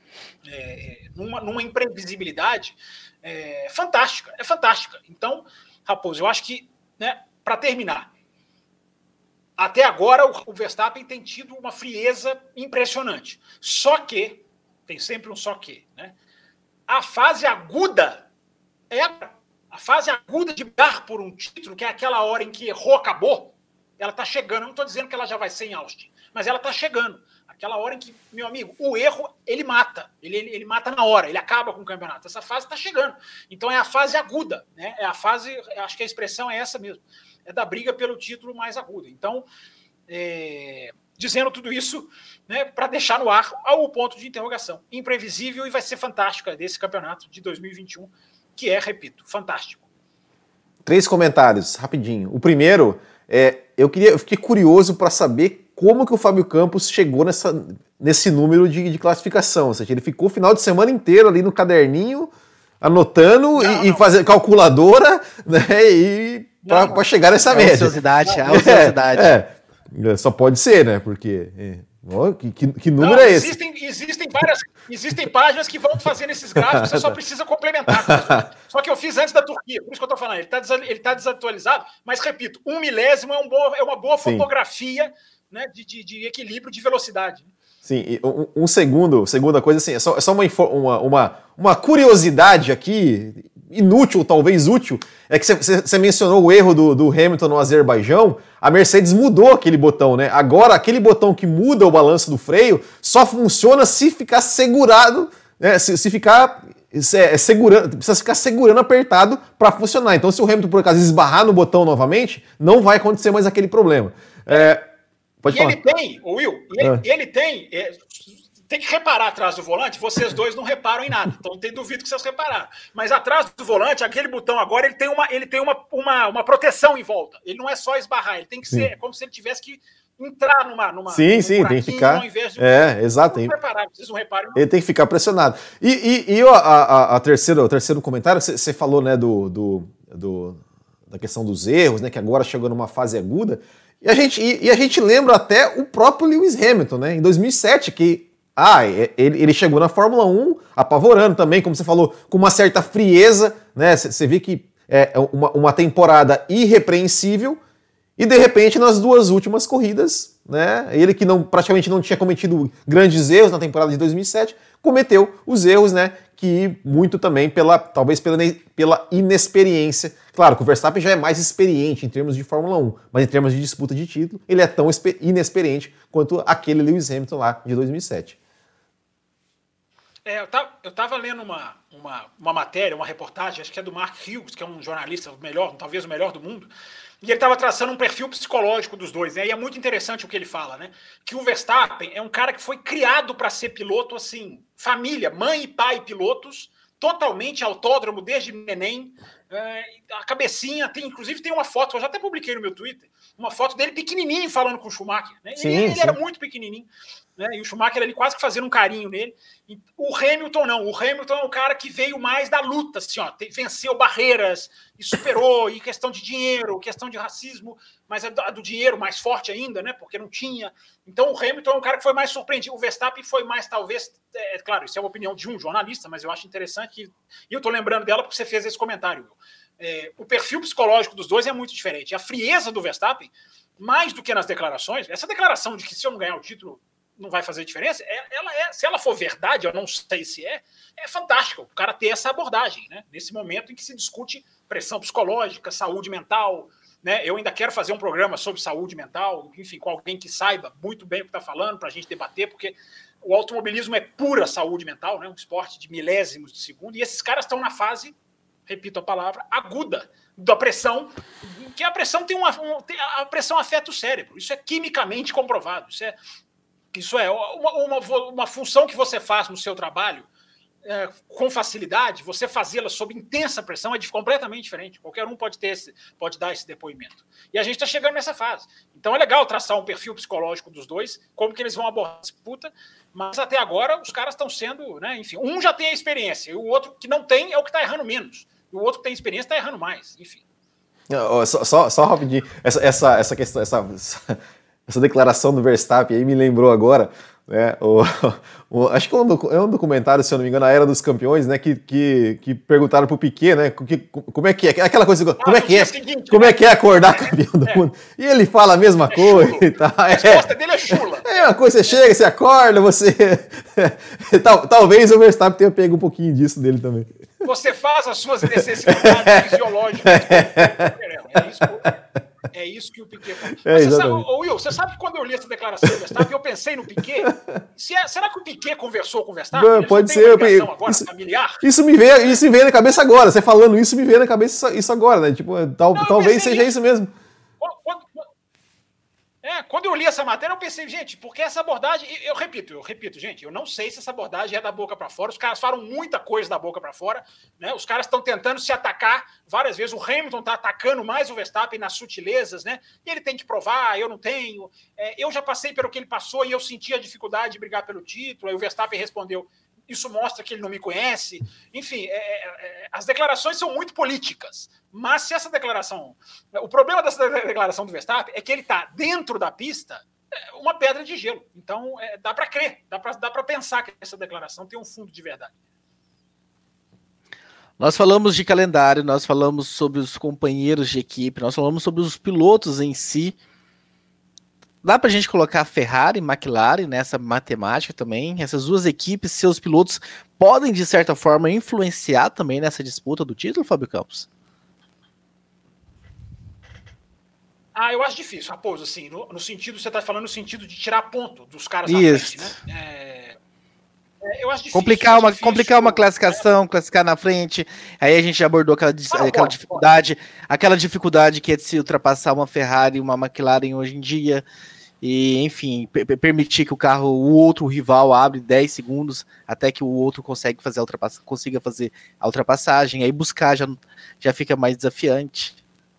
numa imprevisibilidade fantástica. É fantástica. Então, Raposo, eu acho que, né, para terminar, até agora o Verstappen tem tido uma frieza impressionante. Só que, tem sempre um só que, né? A fase aguda a fase aguda de brigar por um título, que é aquela hora em que errou, acabou, ela está chegando. Eu não estou dizendo que ela já vai ser em Austin, mas ela está chegando. Aquela hora em que, meu amigo, o erro, ele mata. Ele mata na hora, ele acaba com o campeonato. Essa fase está chegando. Então é a fase aguda, né? É a fase, acho que a expressão é essa mesmo. É da briga pelo título mais aguda. Então, dizendo tudo isso, né, para deixar no ar o ponto de interrogação. Imprevisível e vai ser fantástica desse campeonato de 2021, que repito, fantástico. 3 comentários, rapidinho. O primeiro, eu fiquei curioso para saber como que o Fábio Campos chegou nesse número de classificação. Ou seja, ele ficou o final de semana inteiro ali no caderninho, anotando e fazendo calculadora, né, e para chegar nessa média. Ociosidade. Só pode ser, né? Porque que número é esse? Existem páginas que vão fazendo esses gráficos, você só precisa complementar. Só que eu fiz antes da Turquia, por isso que eu estou falando. Ele tá desatualizado, mas repito, 1 milésimo é uma boa fotografia, né, de equilíbrio, de velocidade. Sim, e segunda coisa, assim, é só uma curiosidade aqui, inútil, talvez útil, é que você mencionou o erro do Hamilton no Azerbaijão. A Mercedes mudou aquele botão, né? Agora, aquele botão que muda o balanço do freio só funciona se ficar segurado, né? Se ficar segurando, precisa ficar segurando apertado para funcionar. Então, se o Hamilton, por acaso, esbarrar no botão novamente, não vai acontecer mais aquele problema. Pode falar. Ele tem, Will, ele tem que reparar atrás do volante, vocês dois não reparam em nada, então não tem dúvida que vocês repararam. Mas atrás do volante, aquele botão agora, ele tem uma proteção em volta. Ele não é só esbarrar, ele tem que ser como se ele tivesse que entrar num tem que ficar. Ao invés de exato. Vocês não reparam. Ele tem que ficar pressionado. E o terceiro comentário, você falou, né, da questão dos erros, né, que agora chegou numa fase aguda. E a gente lembra até o próprio Lewis Hamilton, né, em 2007, que ele chegou na Fórmula 1 apavorando também, como você falou, com uma certa frieza, né? Você vê que é uma temporada irrepreensível, e de repente nas 2 últimas corridas, né, ele que praticamente não tinha cometido grandes erros na temporada de 2007, cometeu os erros, né, que muito também talvez pela inexperiência. Claro que o Verstappen já é mais experiente em termos de Fórmula 1, mas em termos de disputa de título, ele é tão inexperiente quanto aquele Lewis Hamilton lá de 2007. Eu estava lendo uma matéria, uma reportagem, acho que é do Mark Hughes, que é um jornalista talvez o melhor do mundo, e ele estava traçando um perfil psicológico dos dois, né? E é muito interessante o que ele fala, né? Que o Verstappen é um cara que foi criado para ser piloto, assim, família, mãe e pai pilotos, totalmente autódromo desde neném, A cabecinha, inclusive tem uma foto, eu já até publiquei no meu Twitter, uma foto dele pequenininho falando com o Schumacher. Né? Ele era muito pequenininho. Né? E o Schumacher ali quase que fazendo um carinho nele. E o Hamilton não. O Hamilton é um cara que veio mais da luta, assim, ó, venceu barreiras e superou, e questão de dinheiro, questão de racismo, mas a do dinheiro mais forte ainda, né? Porque não tinha. Então o Hamilton é um cara que foi mais surpreendido. O Verstappen foi mais, talvez, claro, isso é uma opinião de um jornalista, mas eu acho interessante, e eu estou lembrando dela porque você fez esse comentário, Will. O perfil psicológico dos dois é muito diferente. A frieza do Verstappen, mais do que nas declarações, essa declaração de que se eu não ganhar o título não vai fazer diferença, se ela for verdade, eu não sei se é fantástico o cara ter essa abordagem, né? Nesse momento em que se discute pressão psicológica, saúde mental, né? Eu ainda quero fazer um programa sobre saúde mental, enfim, com alguém que saiba muito bem o que está falando, para a gente debater, porque o automobilismo é pura saúde mental, né? Um esporte de milésimos de segundo, e esses caras estão na fase, repito a palavra, aguda da pressão, que a pressão a pressão afeta o cérebro, isso é quimicamente comprovado, isso é uma função que você faz no seu trabalho com facilidade, você fazê-la sob intensa pressão é completamente diferente. Qualquer um pode dar esse depoimento. E a gente está chegando nessa fase. Então é legal traçar um perfil psicológico dos dois, como que eles vão abordar a disputa, mas até agora os caras estão sendo, né, enfim, um já tem a experiência, e o outro que não tem é o que está errando menos. E o outro que tem experiência está errando mais, enfim. Só rapidinho, essa questão, essa declaração do Verstappen aí me lembrou agora, né, acho que é um documentário, se eu não me engano, a Era dos Campeões, né, que perguntaram pro Piquet, né, como é que é, aquela coisa, como é que é acordar campeão do mundo, e ele fala a mesma coisa e tal. A resposta dele é chula. É uma coisa, você chega, você acorda, talvez o Verstappen tenha pego um pouquinho disso dele também. Você faz as suas necessidades fisiológicas. É isso que o Piquet faz. Will, você sabe que quando eu li essa declaração do Verstappen, eu pensei no Piquet? Será que o Piquet conversou com o Verstappen? Pode ser. Agora, familiar? Isso me veio na cabeça agora. Você falando isso, me veio na cabeça isso agora, né? Tipo, talvez seja isso mesmo. Quando eu li essa matéria, eu pensei, gente, porque essa abordagem... Eu repito, gente, eu não sei se essa abordagem é da boca para fora. Os caras falam muita coisa da boca para fora, né? Os caras estão tentando se atacar várias vezes. O Hamilton está atacando mais o Verstappen nas sutilezas, né? E ele tem que provar, eu não tenho. Eu já passei pelo que ele passou e eu senti a dificuldade de brigar pelo título. Aí o Verstappen respondeu, isso mostra que ele não me conhece. Enfim, as declarações são muito políticas. Mas se essa declaração... O problema dessa declaração do Verstappen é que ele está dentro da pista uma pedra de gelo. Então, dá para crer, dá para pensar que essa declaração tem um fundo de verdade. Nós falamos de calendário, nós falamos sobre os companheiros de equipe, nós falamos sobre os pilotos em si. Dá para a gente colocar Ferrari e McLaren nessa matemática também? Essas duas equipes, seus pilotos, podem, de certa forma, influenciar também nessa disputa do título, Fábio Campos? Eu acho difícil, Raposo, assim, no sentido, você está falando no sentido de tirar ponto dos caras à frente, né? Eu acho difícil. Complicar uma classificação, classificar na frente, aí a gente já abordou aquela dificuldade que é de se ultrapassar uma Ferrari e uma McLaren hoje em dia, e enfim, permitir que o outro rival abre 10 segundos até que o outro consiga fazer a ultrapassagem, aí buscar já fica mais desafiante.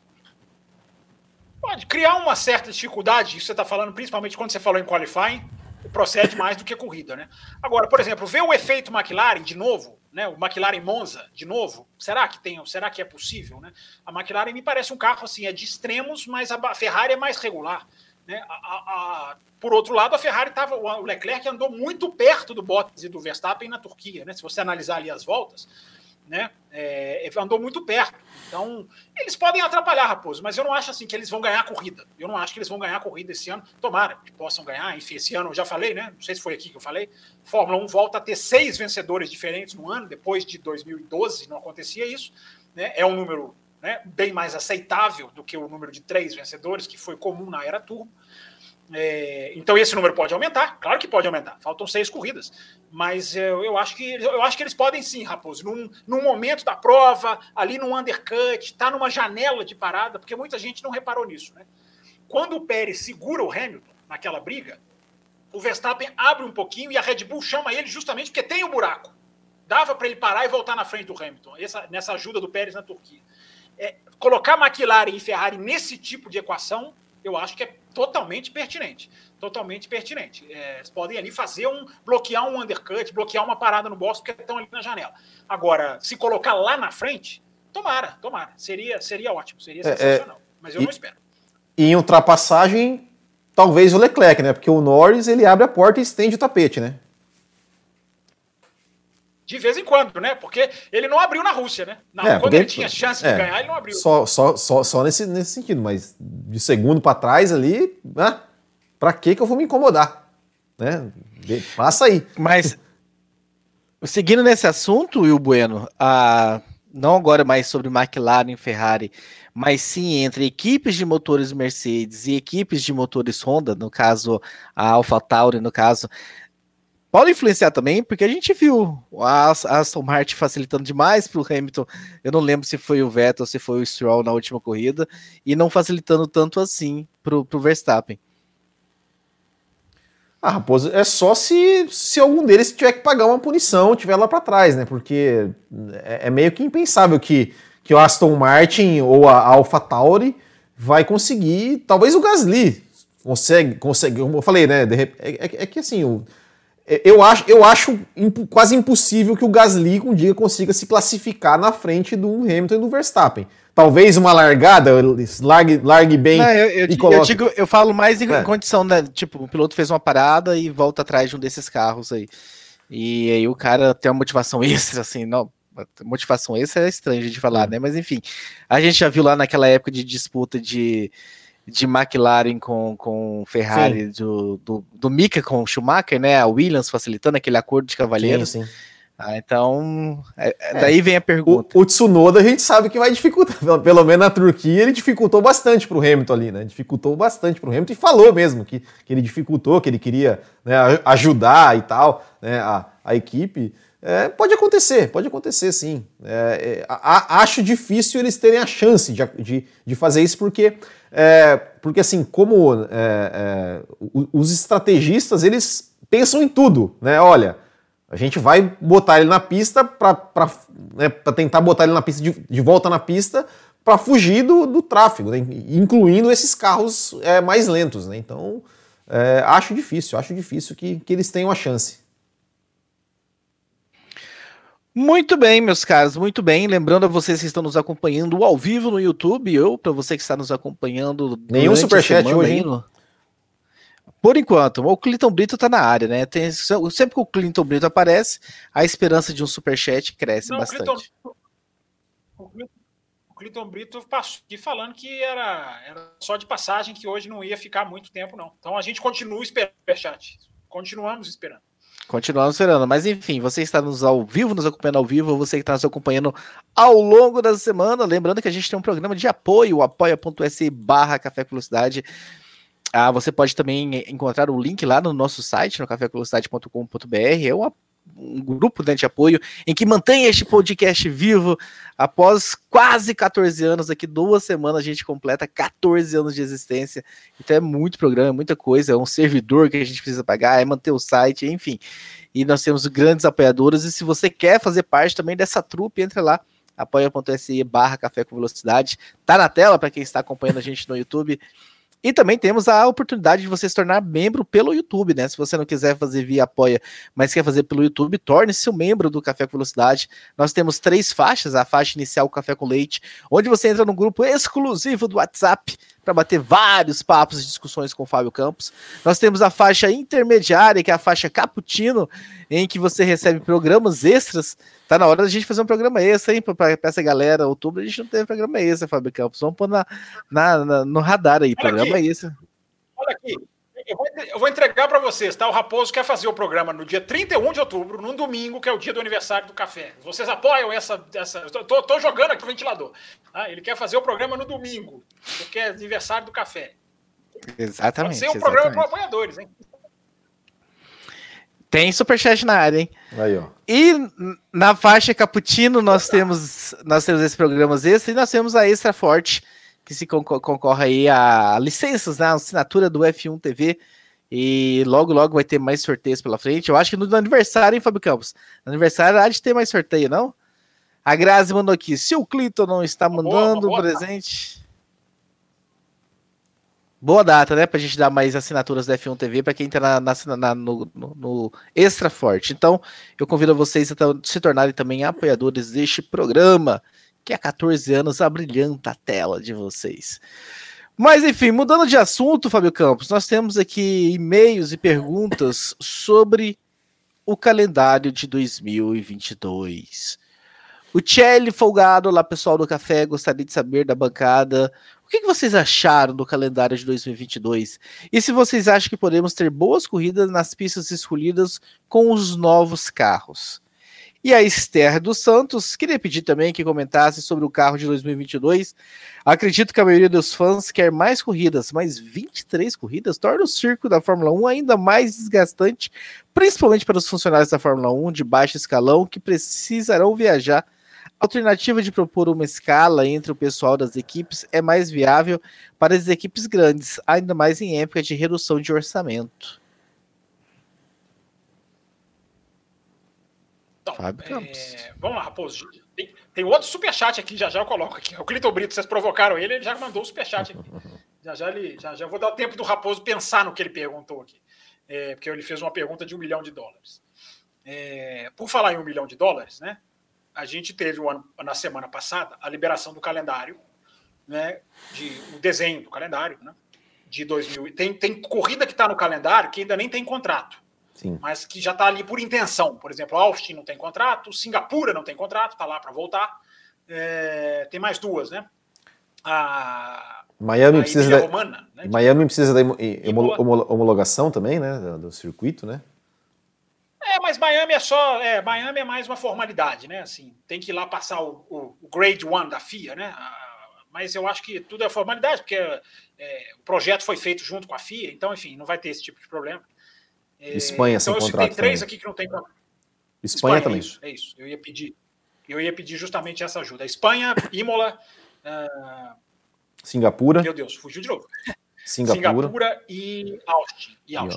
Pode criar uma certa dificuldade, isso você está falando principalmente quando você falou em qualifying, procede mais do que corrida, né? Agora, por exemplo, ver o efeito McLaren de novo, né? O McLaren Monza de novo, será que é possível, né? A McLaren me parece um carro assim, é de extremos, mas a Ferrari é mais regular, né? Por outro lado, a Ferrari o Leclerc andou muito perto do Bottas e do Verstappen na Turquia, né? Se você analisar ali as voltas, né? Andou muito perto. Então, eles podem atrapalhar, Raposo, mas eu não acho assim que eles vão ganhar a corrida. Eu não acho que eles vão ganhar a corrida esse ano. Tomara que possam ganhar. Enfim, esse ano eu já falei, né? Não sei se foi aqui que eu falei. Fórmula 1 volta a ter 6 vencedores diferentes no ano. Depois de 2012 não acontecia isso, né? É um número, né, bem mais aceitável do que o número de 3 vencedores, que foi comum na era turbo. Então esse número pode aumentar, claro que pode aumentar, faltam 6 corridas, mas eu acho que eles podem sim, Raposo, num momento da prova, ali num undercut, tá numa janela de parada, porque muita gente não reparou nisso, né? Quando o Pérez segura o Hamilton naquela briga, o Verstappen abre um pouquinho e a Red Bull chama ele justamente porque tem o buraco, Dava para ele parar e voltar na frente do Hamilton, nessa ajuda do Pérez na Turquia. Colocar McLaren e Ferrari nesse tipo de equação, eu acho que é totalmente pertinente. Totalmente pertinente. Eles podem ali bloquear um undercut, bloquear uma parada no box, porque estão ali na janela. Agora, se colocar lá na frente, tomara. Seria ótimo, seria sensacional. Mas eu não espero. E em ultrapassagem, talvez o Leclerc, né? Porque o Norris, ele abre a porta e estende o tapete, né? De vez em quando, né? Porque ele não abriu na Rússia, né? Quando ele tinha chance de ganhar, ele não abriu. Só nesse sentido, mas de segundo para trás ali, né? Pra que eu vou me incomodar? Né? Passa aí. Mas, seguindo nesse assunto, Will Bueno, não agora mais sobre McLaren e Ferrari, mas sim entre equipes de motores Mercedes e equipes de motores Honda, no caso a AlphaTauri, no caso, pode influenciar também, porque a gente viu a Aston Martin facilitando demais para o Hamilton. Eu não lembro se foi o Vettel ou se foi o Stroll na última corrida, e não facilitando tanto assim para o Verstappen. Raposo, é só se algum deles tiver que pagar uma punição, tiver lá para trás, né? Porque é meio que impensável que o Aston Martin ou a AlphaTauri vai conseguir. Talvez o Gasly consegue, como eu falei, né? É que assim, eu acho quase impossível que o Gasly um dia consiga se classificar na frente do Hamilton e do Verstappen. Talvez uma largada, largue bem. Não, eu falo mais em condição, né? Tipo, o piloto fez uma parada e volta atrás de um desses carros aí. E aí o cara tem uma motivação extra, assim, não. Motivação extra é estranho de falar, né? Mas enfim, a gente já viu lá naquela época de disputa de McLaren com Ferrari, do Mika com Schumacher, né? A Williams facilitando aquele acordo de cavalheiros. Sim. Então, daí vem a pergunta. O Tsunoda a gente sabe que vai dificultar. Pelo menos na Turquia ele dificultou bastante pro Hamilton ali, né? Dificultou bastante pro Hamilton e falou mesmo que ele dificultou, que ele queria, né, ajudar e tal, né, a equipe. Pode acontecer sim. Acho difícil eles terem a chance de fazer isso porque assim, como os estrategistas, eles pensam em tudo, né? Olha, a gente vai botar ele na pista para tentar botar ele na pista de volta na pista para fugir do tráfego, né? Incluindo esses carros mais lentos, né? Então, acho difícil que eles tenham a chance. Muito bem, meus caros, muito bem. Lembrando a vocês que estão nos acompanhando ao vivo no YouTube, ou para você que está nos acompanhando... Nenhum superchat hoje, hein? Por enquanto, o Clinton Brito tá na área, né? Sempre que o Clinton Brito aparece, a esperança de um superchat cresce bastante. O Clinton Brito passou aqui falando que era só de passagem, que hoje não ia ficar muito tempo, não. Então a gente continua esperando o superchat. Continuamos esperando. Mas enfim, você está nos acompanhando ao vivo, ou você que está nos acompanhando ao longo da semana, lembrando que a gente tem um programa de apoio, apoia.se/Café com Velocidade. Você pode também encontrar o link lá no nosso site, no cafévelocidade.com.br. É um grupo, né, de apoio em que mantém este podcast vivo após quase 14 anos. Aqui 2 semanas a gente completa 14 anos de existência. Então é muito programa, é muita coisa, é um servidor que a gente precisa pagar, é manter o site, enfim. E nós temos grandes apoiadores, e se você quer fazer parte também dessa trupe, entra lá, apoia.se/Café com Velocidade. Tá na tela para quem está acompanhando a gente no YouTube. E também temos a oportunidade de você se tornar membro pelo YouTube, né? Se você não quiser fazer via apoia, mas quer fazer pelo YouTube, torne-se um membro do Café com Velocidade. Nós temos 3 faixas, a faixa inicial, Café com Leite, onde você entra num grupo exclusivo do WhatsApp para bater vários papos e discussões com o Fábio Campos. Nós temos a faixa intermediária, que é a faixa Cappuccino, em que você recebe programas extras. Tá na hora da gente fazer um programa extra, hein? Para essa galera. Outubro a gente não teve programa extra, Fábio Campos. Vamos pôr no radar aí, programa extra. Olha aqui, eu vou entregar para vocês, tá? O Raposo quer fazer o programa no dia 31 de outubro, num domingo, que é o dia do aniversário do café. Vocês apoiam essa... Tô jogando aqui o ventilador. Ele quer fazer o programa no domingo, porque é aniversário do café. Exatamente. Pode ser um programa para apoiadores, hein? Tem superchat na área, hein? Aí, ó. E na faixa Cappuccino nós temos esses programas extras, e nós temos a Extra Forte, que se concorre aí a licenças, né? A assinatura do F1 TV, E logo, logo vai ter mais sorteios pela frente. Eu acho que no aniversário, hein, Fábio Campos? No aniversário há de ter mais sorteio, não? A Grazi mandou aqui. Se o Cleiton não está mandando boa presente... Boa data, né? Pra gente dar mais assinaturas da F1 TV para quem tá no Extra Forte. Então, eu convido vocês a se tornarem também apoiadores deste programa, que há 14 anos abrilhanta a tela de vocês. Mas, enfim, mudando de assunto, Fábio Campos, nós temos aqui e-mails e perguntas sobre o calendário de 2022. O Tchelle Folgado, lá pessoal do café, gostaria de saber da bancada o que vocês acharam do calendário de 2022 e se vocês acham que podemos ter boas corridas nas pistas escolhidas com os novos carros. E a Esther dos Santos queria pedir também que comentasse sobre o carro de 2022. Acredito que a maioria dos fãs quer mais corridas, mas 23 corridas torna o circo da Fórmula 1 ainda mais desgastante, principalmente para os funcionários da Fórmula 1 de baixo escalão que precisarão viajar. A alternativa de propor uma escala entre o pessoal das equipes é mais viável para as equipes grandes, ainda mais em época de redução de orçamento. Então, vamos lá, Raposo. Tem outro superchat aqui, já eu coloco aqui. O Cleiton Brito, vocês provocaram ele já mandou o superchat aqui. Já vou dar o tempo do Raposo pensar no que ele perguntou aqui. Porque ele fez uma pergunta de $1 milhão. Por falar em $1 milhão, né? A gente teve na semana passada a liberação do calendário, né? O desenho do calendário, né? De 2000. Tem corrida que está no calendário que ainda nem tem contrato. Sim. Mas que já está ali por intenção. Por exemplo, Austin não tem contrato, Singapura não tem contrato, está lá para voltar. Tem mais duas, né? Miami precisa Romana, né? Miami precisa da homologação também, né? Do circuito, né? Mas Miami Miami é mais uma formalidade, né? Assim, tem que ir lá passar o Grade 1 da FIA, né? Mas eu acho que tudo é formalidade, porque o projeto foi feito junto com a FIA, então, enfim, não vai ter esse tipo de problema. Espanha sem contrato. Então eu citei 3 aqui que não tem contrato. Espanha também. É isso. Eu ia pedir justamente essa ajuda. Espanha, Imola, Singapura. Meu Deus, fugiu de novo. Singapura e Austin.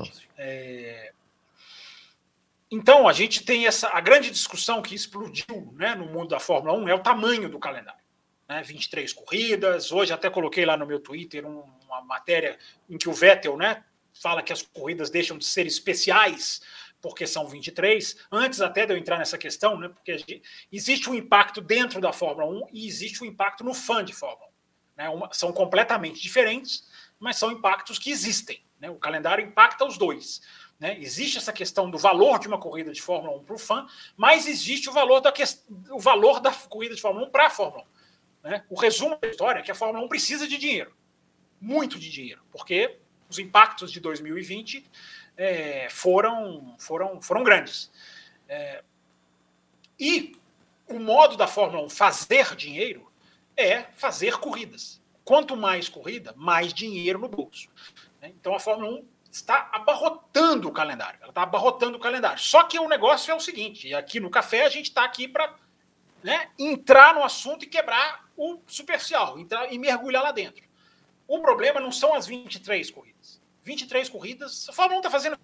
Então a gente tem a grande discussão que explodiu, né, no mundo da Fórmula 1 é o tamanho do calendário. Né, 23 corridas. Hoje até coloquei lá no meu Twitter uma matéria em que o Vettel, né, fala que as corridas deixam de ser especiais porque são 23, antes até de eu entrar nessa questão, né, porque existe um impacto dentro da Fórmula 1 e existe um impacto no fã de Fórmula 1. Né, são completamente diferentes, mas são impactos que existem. Né, o calendário impacta os dois. Né, existe essa questão do valor de uma corrida de Fórmula 1 para o fã, mas existe o valor da corrida de Fórmula 1 para a Fórmula 1. Né? O resumo da história é que a Fórmula 1 precisa de dinheiro, muito de dinheiro, porque os impactos de 2020 foram grandes. E o modo da Fórmula 1 fazer dinheiro é fazer corridas. Quanto mais corrida, mais dinheiro no bolso. Então a Fórmula 1 está abarrotando o calendário. Ela está abarrotando o calendário. Só que o negócio é o seguinte, e aqui no Café a gente está aqui para, né, entrar no assunto e quebrar o superficial, entrar e mergulhar lá dentro. O problema não são as 23 corridas. 23 corridas, a Fórmula 1 está fazendo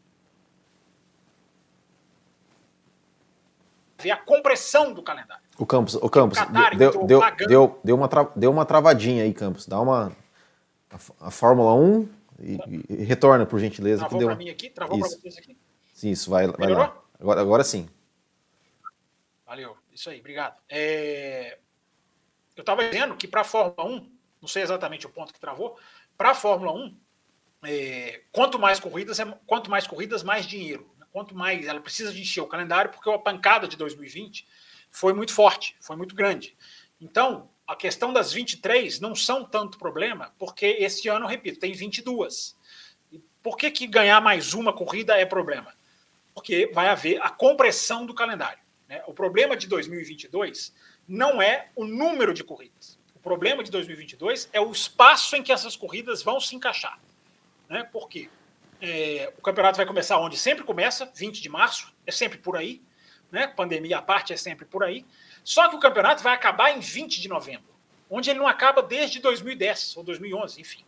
ver a compressão do calendário. O Campos deu uma travadinha aí, Campos. Dá a Fórmula 1 e retorna, por gentileza. Travou para mim aqui? Travou para vocês aqui? Sim, isso, vai lá. Agora sim. Valeu, isso aí, obrigado. Eu estava dizendo que para a Fórmula 1, não sei exatamente o ponto que travou, para a Fórmula 1, quanto mais corridas, mais dinheiro. Quanto mais ela precisa de encher o calendário, porque a pancada de 2020 foi muito forte, foi muito grande. Então, a questão das 23 não são tanto problema, porque esse ano, repito, tem 22. E por que ganhar mais uma corrida é problema? Porque vai haver a compressão do calendário. Né? O problema de 2022 não é o número de corridas. O problema de 2022 é o espaço em que essas corridas vão se encaixar. Né? Por quê? O campeonato vai começar onde sempre começa, 20 de março, é sempre por aí, né? Pandemia à parte, é sempre por aí. Só que o campeonato vai acabar em 20 de novembro, onde ele não acaba desde 2010 ou 2011, enfim.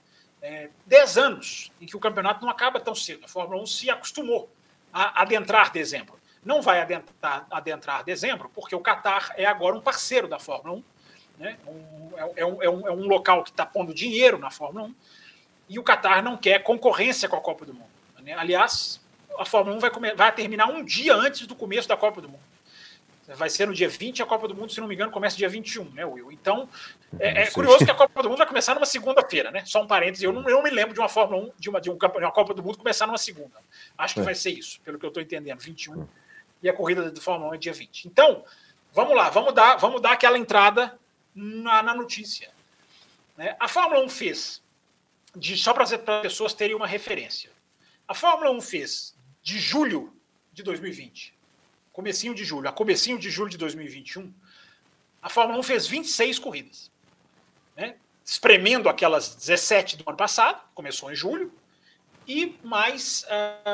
10 anos em que o campeonato não acaba tão cedo. A Fórmula 1 se acostumou a adentrar dezembro. Não vai adentrar dezembro, porque o Qatar é agora um parceiro da Fórmula 1. Né? É um local que está pondo dinheiro na Fórmula 1. E o Qatar não quer concorrência com a Copa do Mundo. Né? Aliás, a Fórmula 1 vai terminar um dia antes do começo da Copa do Mundo. Vai ser no dia 20, a Copa do Mundo, se não me engano, começa dia 21, né, Will? Então, é curioso que a Copa do Mundo vai começar numa segunda-feira, né? Só um parênteses, eu não me lembro de uma Fórmula 1, de uma Copa do Mundo começar numa segunda. Acho que vai ser isso, pelo que eu estou entendendo, 21. E a corrida da Fórmula 1 é dia 20. Então, vamos lá, vamos dar aquela entrada na notícia. Né? A Fórmula 1 fez, só para as pessoas terem uma referência, a Fórmula 1 fez de julho de 2020, comecinho de julho de 2021, a Fórmula 1 fez 26 corridas. Né? Espremendo aquelas 17 do ano passado, começou em julho, e mais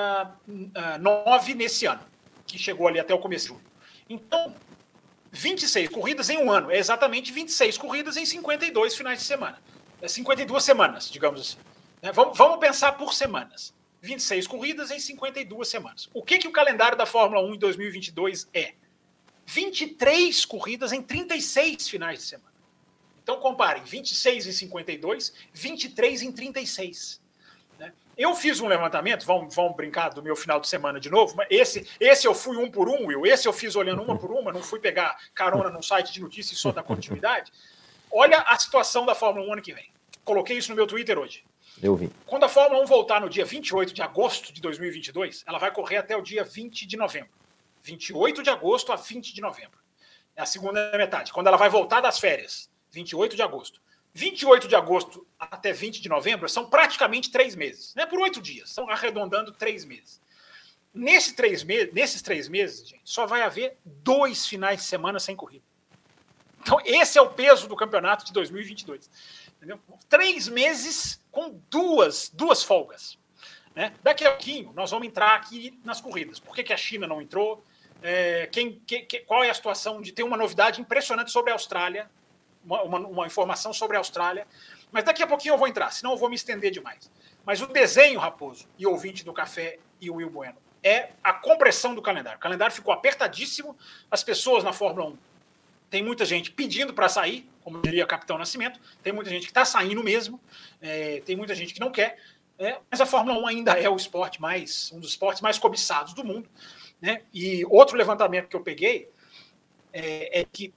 9 nesse ano, que chegou ali até o começo de julho. Então, 26 corridas em um ano, é exatamente 26 corridas em 52 finais de semana. 52 semanas, digamos assim. Né? Vamos pensar por semanas. 26 corridas em 52 semanas. O que o calendário da Fórmula 1 em 2022 é? 23 corridas em 36 finais de semana. Então comparem, 26 em 52, 23 em 36. Né? Eu fiz um levantamento, vamos brincar do meu final de semana de novo, mas esse eu fui um por um, Will, esse eu fiz olhando uma por uma, não fui pegar carona num site de notícias só da continuidade. Olha a situação da Fórmula 1 ano que vem. Coloquei isso no meu Twitter hoje. Eu vi. Quando a Fórmula 1 voltar no dia 28 de agosto de 2022, ela vai correr até o dia 20 de novembro. 28 de agosto a 20 de novembro. É a segunda metade. Quando ela vai voltar das férias, 28 de agosto. 28 de agosto até 20 de novembro são praticamente 3 meses. Né? Por 8 dias. Estão arredondando 3 meses. Nesses 3 meses, gente, só vai haver 2 finais de semana sem corrida. Então, esse é o peso do campeonato de 2022. Entendeu? 3 meses com duas folgas. Né? Daqui a pouquinho, nós vamos entrar aqui nas corridas. Por que a China não entrou? Qual é a situação de ter uma novidade impressionante sobre a Austrália? Uma informação sobre a Austrália. Mas daqui a pouquinho eu vou entrar, senão eu vou me estender demais. Mas o desenho, Raposo, e ouvinte do Café e o Will Bueno, é a compressão do calendário. O calendário ficou apertadíssimo. As pessoas na Fórmula 1, tem muita gente pedindo para sair, como diria o Capitão Nascimento, tem muita gente que está saindo mesmo, tem muita gente que não quer, mas a Fórmula 1 ainda é um dos esportes mais cobiçados do mundo. Né? E outro levantamento que eu peguei é que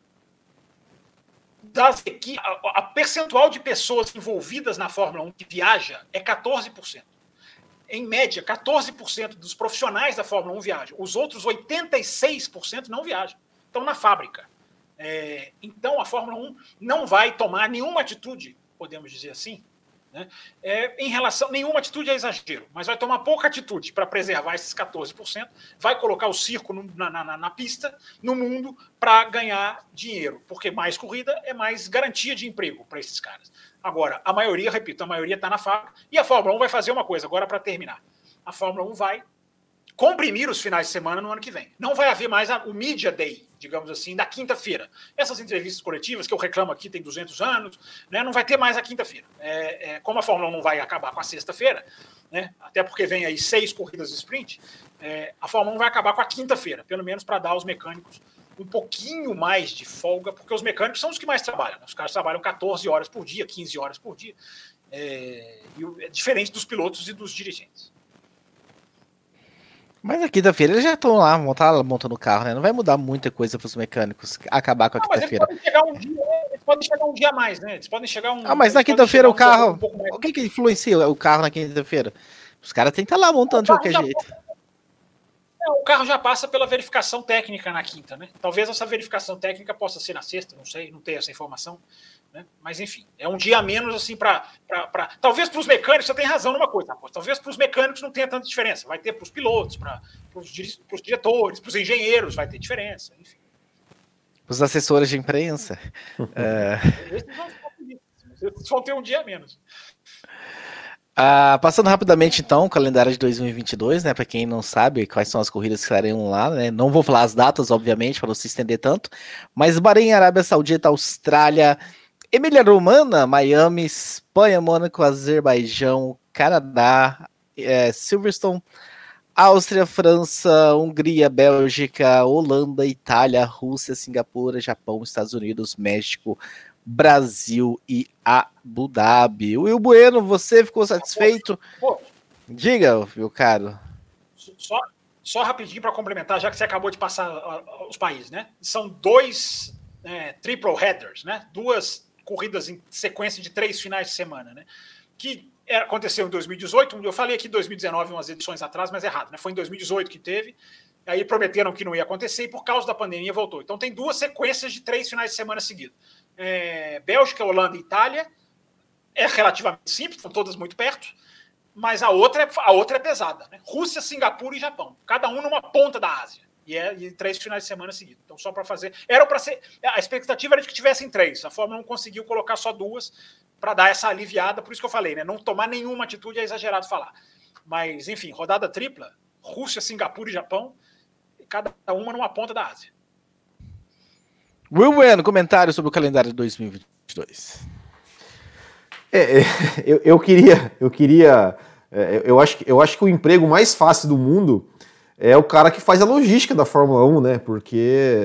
a percentual de pessoas envolvidas na Fórmula 1 que viaja é 14%. Em média, 14% dos profissionais da Fórmula 1 viajam. Os outros 86% não viajam. Estão na fábrica. Então, a Fórmula 1 não vai tomar nenhuma atitude, podemos dizer assim, né? Em relação, nenhuma atitude é exagero, mas vai tomar pouca atitude para preservar esses 14%, vai colocar o circo na pista, no mundo, para ganhar dinheiro, porque mais corrida é mais garantia de emprego para esses caras. Agora, a maioria está na fábrica, e a Fórmula 1 vai fazer uma coisa, agora para terminar. A Fórmula 1 vai comprimir os finais de semana no ano que vem. Não vai haver mais o Media Day, digamos assim, da quinta-feira. Essas entrevistas coletivas que eu reclamo aqui tem 200 anos, né, não vai ter mais a quinta-feira. Como a Fórmula 1 não vai acabar com a sexta-feira, né, até porque vem aí 6 corridas de sprint, a Fórmula 1 vai acabar com a quinta-feira, pelo menos para dar aos mecânicos um pouquinho mais de folga, porque os mecânicos são os que mais trabalham. Os caras trabalham 14 horas por dia, 15 horas por dia, é diferente dos pilotos e dos dirigentes. Mas na quinta-feira eles já estão lá montando o carro, né? Não vai mudar muita coisa para os mecânicos acabar com a quinta-feira. Eles podem chegar um dia a mais, né? Eles podem chegar mas na quinta-feira o carro... O que influencia o carro na quinta-feira? Os caras têm que estar lá montando de qualquer jeito. O carro já passa pela verificação técnica na quinta, né? Talvez essa verificação técnica possa ser na sexta, não sei, não tenho essa informação. Né? Mas, enfim, é um dia a menos, assim, talvez para os mecânicos, você tem razão numa coisa, talvez para os mecânicos não tenha tanta diferença. Vai ter para os pilotos, para os diretores, para os engenheiros, vai ter diferença, enfim. Os assessores de imprensa. Esses vão ter um dia a menos. Passando rapidamente, então, o calendário de 2022, né? Para quem não sabe quais são as corridas que estarão lá, né? Não vou falar as datas, obviamente, para não se estender tanto, mas Bahrein, Arábia Saudita, Austrália, Emília-Romagna, Miami, Espanha, Mônaco, Azerbaijão, Canadá, Silverstone, Áustria, França, Hungria, Bélgica, Holanda, Itália, Rússia, Singapura, Japão, Estados Unidos, México, Brasil e Abu Dhabi. Will Bueno, você ficou satisfeito? Diga, meu caro. Só rapidinho para complementar, já que você acabou de passar os países, né? São 2 triple headers, né? 2 corridas em sequência de 3 finais de semana, né? Que aconteceu em 2018, eu falei aqui em 2019, umas edições atrás, mas errado, né? Foi em 2018 que teve, aí prometeram que não ia acontecer e por causa da pandemia voltou. Então tem 2 sequências de 3 finais de semana seguidos. Bélgica, Holanda e Itália é relativamente simples, estão todas muito perto, mas a outra é pesada, né? Rússia, Singapura e Japão, cada um numa ponta da Ásia. E 3 finais de semana seguidos. Então, só para fazer. Era para ser. A expectativa era de que tivessem 3. A Fórmula 1 conseguiu colocar só 2 para dar essa aliviada. Por isso que eu falei, né? Não tomar nenhuma atitude é exagerado falar. Mas, enfim, rodada tripla: Rússia, Singapura e Japão, cada uma numa ponta da Ásia. Will Bueno, comentário sobre o calendário de 2022. Eu acho que o emprego mais fácil do mundo é o cara que faz a logística da Fórmula 1, né? Porque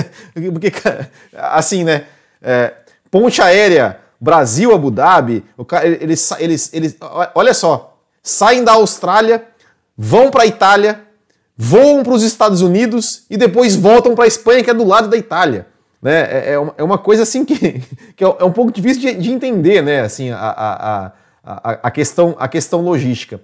assim, né? Ponte aérea, Brasil, Abu Dhabi, eles, olha só, saem da Austrália, vão para a Itália, voam para os Estados Unidos e depois voltam para a Espanha, que é do lado da Itália. Né? É uma coisa assim que é um pouco difícil de entender, né? Assim, a questão logística.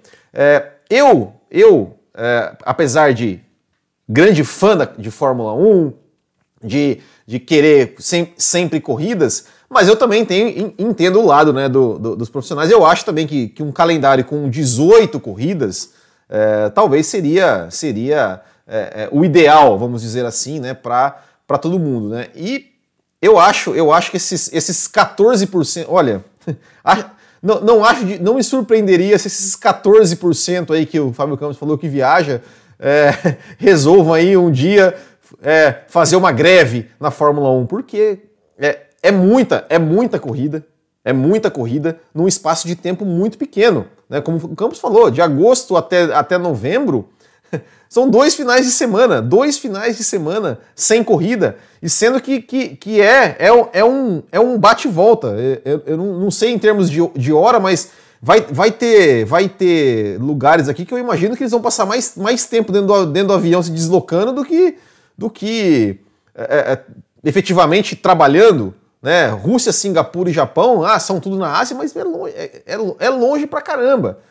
Apesar de grande fã de Fórmula 1, de querer sempre corridas, mas eu também entendo o lado, né, dos profissionais. Eu acho também que um calendário com 18 corridas talvez seria o ideal, vamos dizer assim, né, para todo mundo. Né? E eu acho que esses 14%, olha, não me surpreenderia se esses 14% aí que o Fábio Campos falou que viaja resolvam aí um dia fazer uma greve na Fórmula 1, porque é muita corrida num espaço de tempo muito pequeno. Né? Como o Campos falou, de agosto até novembro, são 2 finais de semana sem corrida, e sendo que é um bate-volta. Eu não sei em termos de hora, mas vai ter lugares aqui que eu imagino que eles vão passar mais tempo dentro do avião se deslocando do que efetivamente trabalhando. Né? Rússia, Singapura e Japão, são tudo na Ásia, mas é longe pra caramba.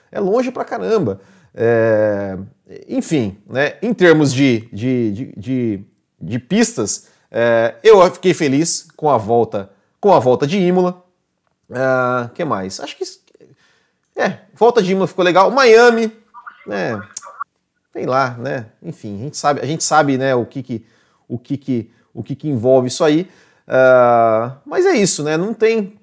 Enfim, né? Em termos de pistas, eu fiquei feliz com a volta de Imola. Que mais? Acho que volta de Imola ficou legal. Miami, né? Sei lá, né? Enfim, a gente sabe, né, o que envolve isso aí. Mas é isso, né? Não tem.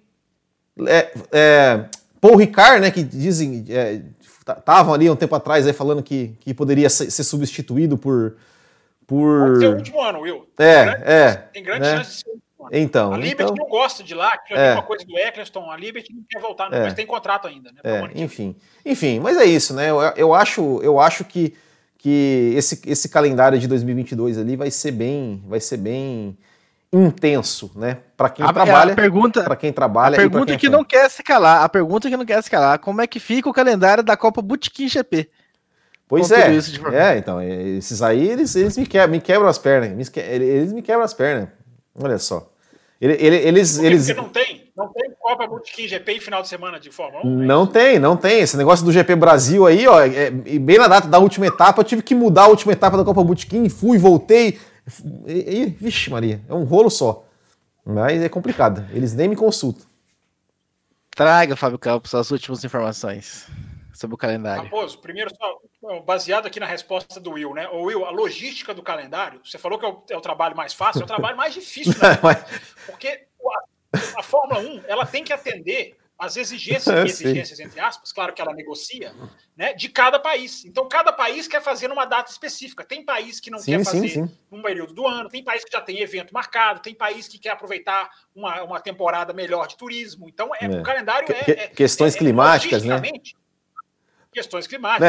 Paul Ricard, né? Que dizem. Estavam ali um tempo atrás aí falando que poderia ser substituído por. Pode ser o último ano, Will. Tem grande chance de ser o último ano. Então, a Liberty não gosta de lá, que já tem uma coisa do Eccleston. A Liberty não quer voltar, não, mas tem contrato ainda, né? Enfim, mas é isso, né? Eu acho que esse calendário de 2022 ali vai ser bem intenso, né? Para quem trabalha. A pergunta que não quer se calar. Como é que fica o calendário da Copa Botequim GP? Pois então, esses aí, eles me quebram as pernas. Eles me quebram as pernas. Olha só. Porque não tem Copa Botequim GP em final de semana de Fórmula 1? Não tem. Esse negócio do GP Brasil aí, ó, bem na data da última etapa, eu tive que mudar a última etapa da Copa Botequim, voltei. Vixe Maria, é um rolo só. Mas é complicado, eles nem me consultam. Traga, Fábio Campos, as últimas informações sobre o calendário. Raposo, primeiro, só, baseado aqui na resposta do Will, né? O Will, a logística do calendário, você falou que é o trabalho mais fácil, é o trabalho mais difícil, né? Porque a Fórmula 1, ela tem que atender as exigências, entre aspas, claro que ela negocia, né, de cada país. Então, cada país quer fazer numa data específica. Tem país que não quer fazer num período do ano, tem país que já tem evento marcado, tem país que quer aproveitar uma temporada melhor de turismo. Então, o calendário questões climáticas, né? Questões climáticas.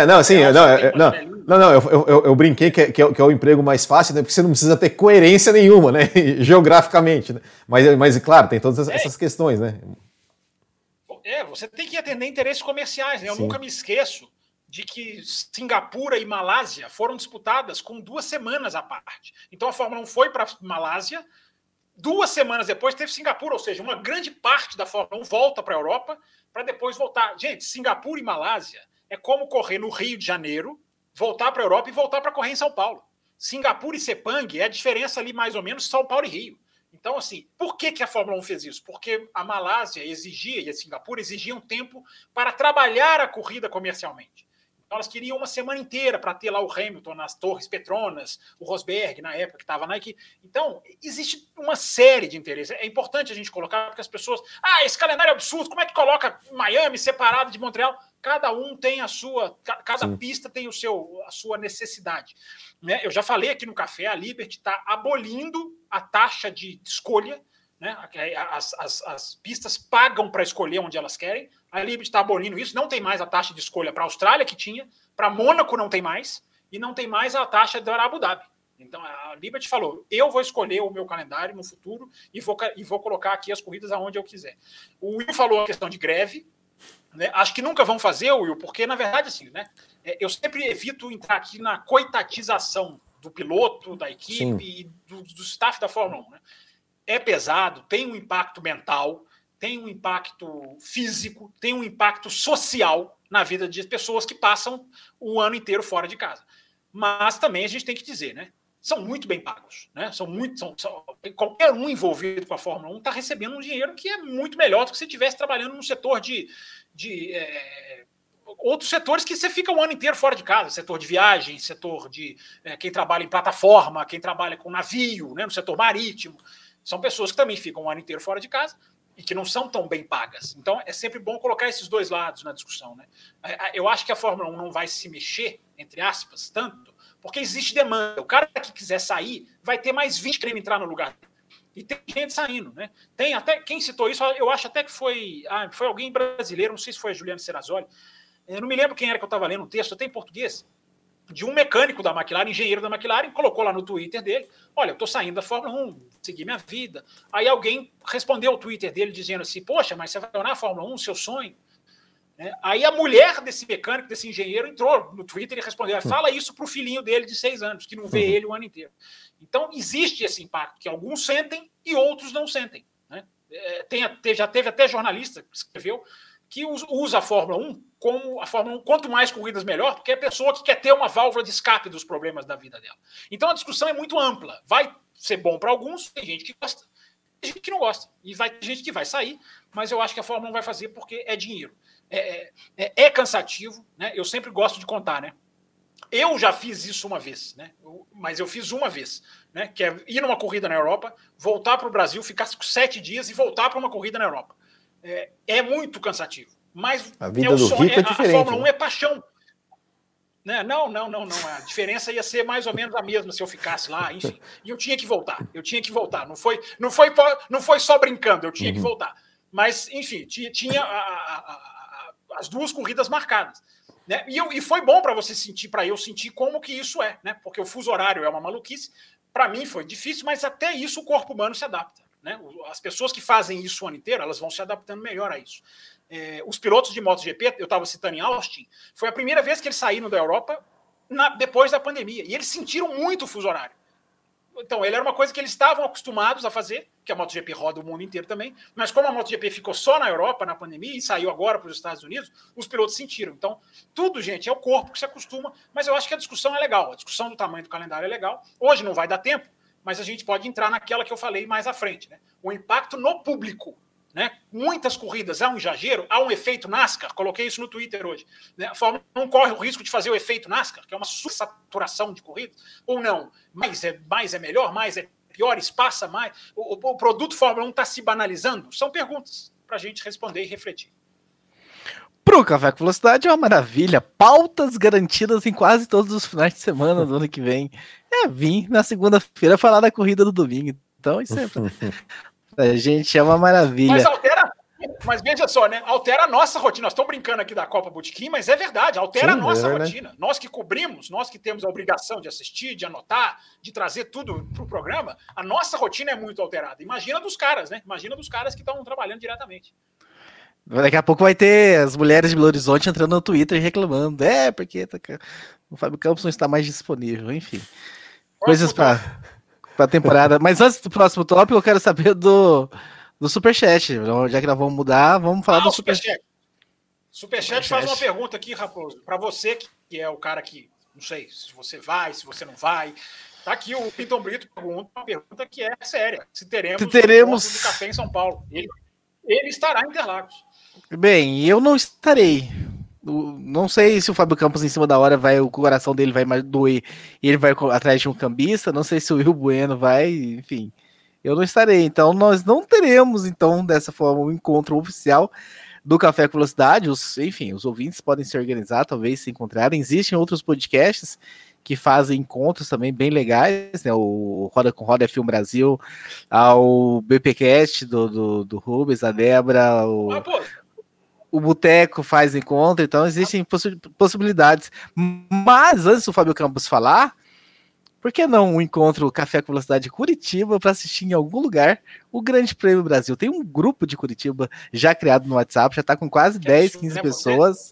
Eu brinquei que é o emprego mais fácil, né? Porque você não precisa ter coerência nenhuma, né? Geograficamente. Né? Mas, claro, tem todas essas questões, né? Você tem que atender interesses comerciais, né? Eu nunca me esqueço de que Singapura e Malásia foram disputadas com 2 semanas à parte. Então a Fórmula 1 foi para a Malásia, 2 semanas depois teve Singapura, ou seja, uma grande parte da Fórmula 1 volta para a Europa para depois voltar. Gente, Singapura e Malásia é como correr no Rio de Janeiro, voltar para a Europa e voltar para correr em São Paulo. Singapura e Sepang é a diferença ali mais ou menos São Paulo e Rio. Então, assim, por que a Fórmula 1 fez isso? Porque a Malásia exigia, e a Singapura exigiam tempo para trabalhar a corrida comercialmente. Então, elas queriam uma semana inteira para ter lá o Hamilton nas Torres Petronas, o Rosberg, na época, que estava na equipe. Então, existe uma série de interesses. É importante a gente colocar, porque as pessoas... esse calendário é absurdo, como é que coloca Miami separado de Montreal? Cada um tem a sua... Cada pista tem a sua necessidade. Né? Eu já falei aqui no Café, a Liberty está abolindo a taxa de escolha, né? As pistas pagam para escolher onde elas querem. A Liberty está abolindo isso. Não tem mais a taxa de escolha para a Austrália, que tinha. Para Mônaco não tem mais. E não tem mais a taxa da Abu Dhabi. Então a Liberty falou, eu vou escolher o meu calendário no futuro e vou colocar aqui as corridas aonde eu quiser. O Will falou a questão de greve. Né? Acho que nunca vão fazer, Will, porque, na verdade, assim, né? Eu sempre evito entrar aqui na coitatização do piloto, da equipe e do staff da Fórmula 1. Né? É pesado, tem um impacto mental, tem um impacto físico, tem um impacto social na vida de pessoas que passam o ano inteiro fora de casa. Mas também a gente tem que dizer, né? São muito bem pagos. Né? Qualquer um envolvido com a Fórmula 1 está recebendo um dinheiro que é muito melhor do que se estivesse trabalhando num setor de outros setores que você fica o ano inteiro fora de casa, setor de viagem, setor de quem trabalha em plataforma, quem trabalha com navio, né, no setor marítimo. São pessoas que também ficam o ano inteiro fora de casa e que não são tão bem pagas. Então, é sempre bom colocar esses dois lados na discussão. Né? Eu acho que a Fórmula 1 não vai se mexer, entre aspas, tanto, porque existe demanda. O cara que quiser sair vai ter mais 20 querendo entrar no lugar. E tem gente saindo. Né? Tem até, quem citou isso, eu acho até que foi alguém brasileiro, não sei se foi a Juliana Serrazoli, eu não me lembro quem era que eu estava lendo um texto, até em português, de um mecânico da McLaren, engenheiro da McLaren, colocou lá no Twitter dele, olha, eu estou saindo da Fórmula 1, segui minha vida. Aí alguém respondeu ao Twitter dele dizendo assim, poxa, mas você vai tornar a Fórmula 1 seu sonho? Né? Aí a mulher desse mecânico, desse engenheiro, entrou no Twitter e respondeu, fala isso para o filhinho dele de 6 anos, que não vê ele o ano inteiro. Então, existe esse impacto que alguns sentem e outros não sentem. Né? Já teve até jornalista que escreveu que usa a Fórmula 1 como a Fórmula 1, quanto mais corridas melhor, porque é a pessoa que quer ter uma válvula de escape dos problemas da vida dela. Então a discussão é muito ampla. Vai ser bom para alguns, tem gente que gosta, tem gente que não gosta. E vai ter gente que vai sair, mas eu acho que a Fórmula 1 vai fazer porque é dinheiro. É cansativo, né? Eu sempre gosto de contar, né? Eu já fiz isso uma vez, né? Mas eu fiz uma vez, né? Que é ir numa corrida na Europa, voltar para o Brasil, ficar 7 dias e voltar para uma corrida na Europa. É muito cansativo. Mas a vida do rico é diferente. A Fórmula 1 é paixão. Né? Não. A diferença ia ser mais ou menos a mesma se eu ficasse lá, enfim. E eu tinha que voltar. Não foi só brincando, eu tinha que voltar. Mas, enfim, tinha as 2 corridas marcadas. Né? E foi bom para você sentir, para eu sentir como que isso é, né? Porque o fuso horário é uma maluquice. Para mim foi difícil, mas até isso o corpo humano se adapta. Né? As pessoas que fazem isso o ano inteiro, elas vão se adaptando melhor a isso. Os pilotos de MotoGP, eu estava citando em Austin, foi a primeira vez que eles saíram da Europa depois da pandemia. E eles sentiram muito o fuso horário. Então, ele era uma coisa que eles estavam acostumados a fazer, que a MotoGP roda o mundo inteiro também, mas como a MotoGP ficou só na Europa, na pandemia, e saiu agora para os Estados Unidos, os pilotos sentiram. Então, tudo, gente, é o corpo que se acostuma, mas eu acho que a discussão é legal. A discussão do tamanho do calendário é legal. Hoje não vai dar tempo, mas a gente pode entrar naquela que eu falei mais à frente. Né? O impacto no público. Né? Muitas corridas, há um exagero, há um efeito NASCAR, coloquei isso no Twitter hoje. Né? A Fórmula 1 não corre o risco de fazer o efeito NASCAR, que é uma saturação de corridas, ou não? Mais é melhor, mais é pior, espaça mais. O produto Fórmula 1 está se banalizando? São perguntas para a gente responder e refletir. Pro Café com Velocidade é uma maravilha. Pautas garantidas em quase todos os finais de semana do ano que vem. Vim na segunda-feira falar da corrida do domingo. Então, isso é pra gente é uma maravilha. Mas veja só, né? Altera a nossa rotina. Nós estamos brincando aqui da Copa Botequim, mas é verdade, altera a nossa rotina. Nós que cobrimos, nós que temos a obrigação de assistir, de anotar, de trazer tudo para o programa, a nossa rotina é muito alterada. Imagina dos caras, né? Imagina dos caras que estão trabalhando diretamente. Daqui a pouco vai ter as mulheres de Belo Horizonte entrando no Twitter reclamando. Porque o Fábio Campos não está mais disponível. Enfim, coisas para a temporada. Mas antes do próximo tópico, eu quero saber do Superchat. Já que nós vamos mudar, vamos falar do Superchat. Superchat faz uma pergunta aqui, Raposo. Para você, que é o cara que, não sei se você vai, se você não vai. Tá aqui o Pinton Brito pergunta uma pergunta que é séria. Se teremos um café em São Paulo. Ele estará em Interlagos. Bem, eu não estarei. Não sei se o Fábio Campos em cima da hora o coração dele vai mais doer e ele vai atrás de um cambista. Não sei se o Will Bueno vai, enfim. Eu não estarei, então nós não teremos, então, dessa forma, um encontro oficial do Café com Velocidade. Os ouvintes podem se organizar, talvez se encontrarem. Existem outros podcasts que fazem encontros também bem legais, né? O Roda com Roda Film Brasil, o BPcast do Rubens, a Débora, o Boteco faz encontro, então existem possibilidades. Mas antes do Fábio Campos falar, por que não um encontro Café com Velocidade Curitiba para assistir em algum lugar o Grande Prêmio Brasil? Tem um grupo de Curitiba já criado no WhatsApp, já está com quase 10, 15 pessoas.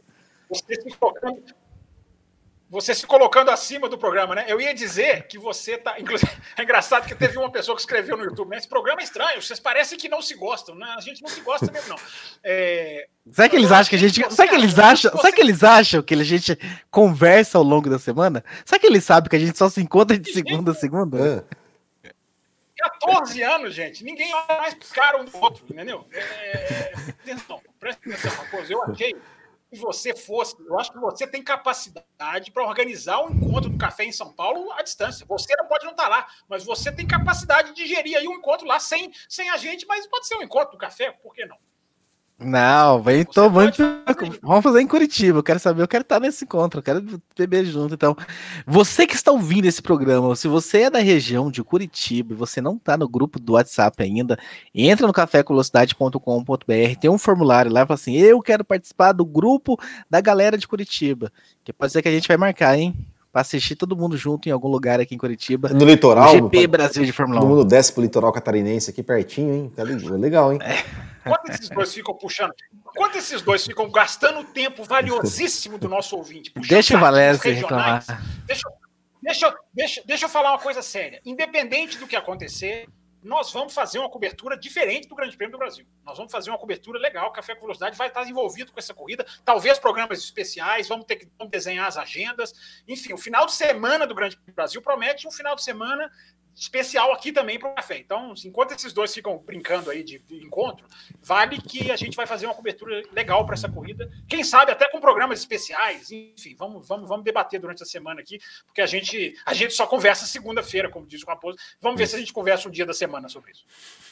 Você se colocando acima do programa, né? Eu ia dizer que você tá. Inclusive, é engraçado que teve uma pessoa que escreveu no YouTube, né? Esse programa é estranho, vocês parecem que não se gostam, né? A gente não se gosta mesmo, não. Será que eles acham que a gente. Será que eles acham que a gente conversa ao longo da semana? Será que eles sabem que a gente só se encontra de segunda a segunda? 14 anos, gente. Ninguém olha mais pro cara um do outro, entendeu? Presta atenção, Raposo. Eu achei. Eu acho que você tem capacidade para organizar um encontro do café em São Paulo à distância. Você não pode não estar lá, mas você tem capacidade de gerir aí um encontro lá sem a gente, mas pode ser um encontro do café, por que não? Não, vamos fazer em Curitiba. Eu quero estar nesse encontro, eu quero beber junto. Então, você que está ouvindo esse programa, se você é da região de Curitiba e você não está no grupo do WhatsApp ainda, entra no cafécomvelocidade.com.br, tem um formulário lá e fala assim: eu quero participar do grupo da galera de Curitiba, que pode ser que a gente vai marcar, hein? Para assistir todo mundo junto em algum lugar aqui em Curitiba. No litoral? GP Brasil de Fórmula 1. Todo mundo desce pro litoral catarinense aqui pertinho, hein? Tá legal, hein? Quanto esses dois ficam puxando? Quanto esses dois ficam gastando o tempo valiosíssimo do nosso ouvinte? Deixa o Valério se reclamar. Deixa eu falar uma coisa séria. Independente do que acontecer, nós vamos fazer uma cobertura diferente do Grande Prêmio do Brasil. Nós vamos fazer uma cobertura legal. O Café com Velocidade vai estar envolvido com essa corrida. Talvez programas especiais, vamos ter que desenhar as agendas. Enfim, o final de semana do Grande Prêmio do Brasil promete um final de semana especial aqui também para o café. Então, enquanto esses dois ficam brincando aí de encontro, vale que a gente vai fazer uma cobertura legal para essa corrida. Quem sabe até com programas especiais. Enfim, vamos debater durante a semana aqui, porque a gente só conversa segunda-feira, como disse o Raposo. Vamos ver se a gente conversa um dia da semana sobre isso.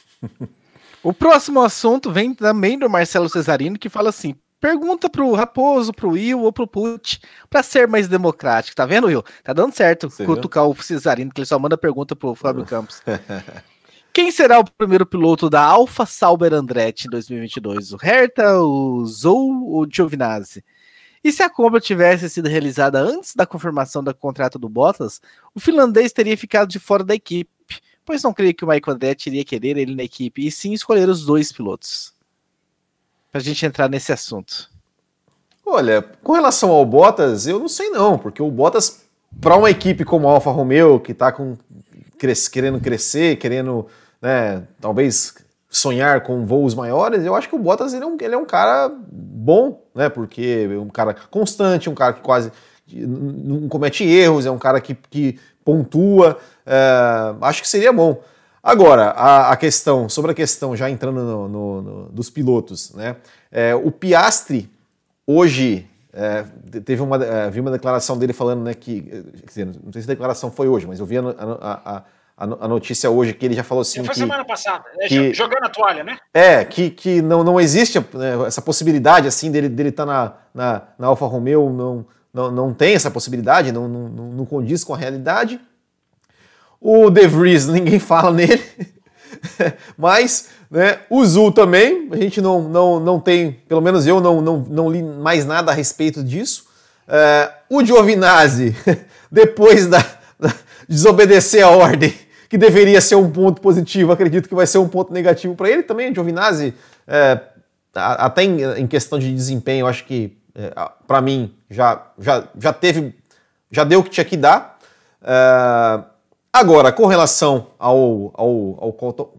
O próximo assunto vem também do Marcelo Cesarino, que fala assim: pergunta pro Raposo, pro Will ou pro Pucci pra ser mais democrático. Tá vendo, Will? Tá dando certo cutucar o Cesarino, que ele só manda pergunta pro Fábio Campos. Quem será o primeiro piloto da Alfa Sauber Andretti em 2022? O Herta, o Zou ou o Giovinazzi? E se a compra tivesse sido realizada antes da confirmação do contrato do Bottas, o finlandês teria ficado de fora da equipe, pois não creio que o Michael Andretti iria querer ele na equipe, e sim escolher os dois pilotos. Pra gente entrar nesse assunto. Olha, com relação ao Bottas, eu não sei não, porque o Bottas, para uma equipe como a Alfa Romeo, que tá querendo crescer, querendo, né, talvez sonhar com voos maiores, eu acho que o Bottas ele é um cara bom, né, porque é um cara constante, um cara que quase não comete erros, é um cara que pontua, acho que seria bom. Agora, sobre a questão, já entrando dos pilotos, né? O Piastri, hoje, vi uma declaração dele falando, né, quer dizer, não sei se a declaração foi hoje, mas eu vi a a notícia hoje que ele já falou assim. Foi que, semana passada, jogando a toalha, né? Que não existe essa possibilidade assim dele estar na Alfa Romeo, não tem essa possibilidade, não condiz com a realidade. O De Vries, ninguém fala nele, mas, né, o Zul também, a gente não tem, pelo menos eu não li mais nada a respeito disso. O Giovinazzi, depois de desobedecer a ordem, que deveria ser um ponto positivo, acredito que vai ser um ponto negativo para ele também. O Giovinazzi, até em questão de desempenho, acho que, para mim, já deu o que tinha que dar. Agora, com relação ao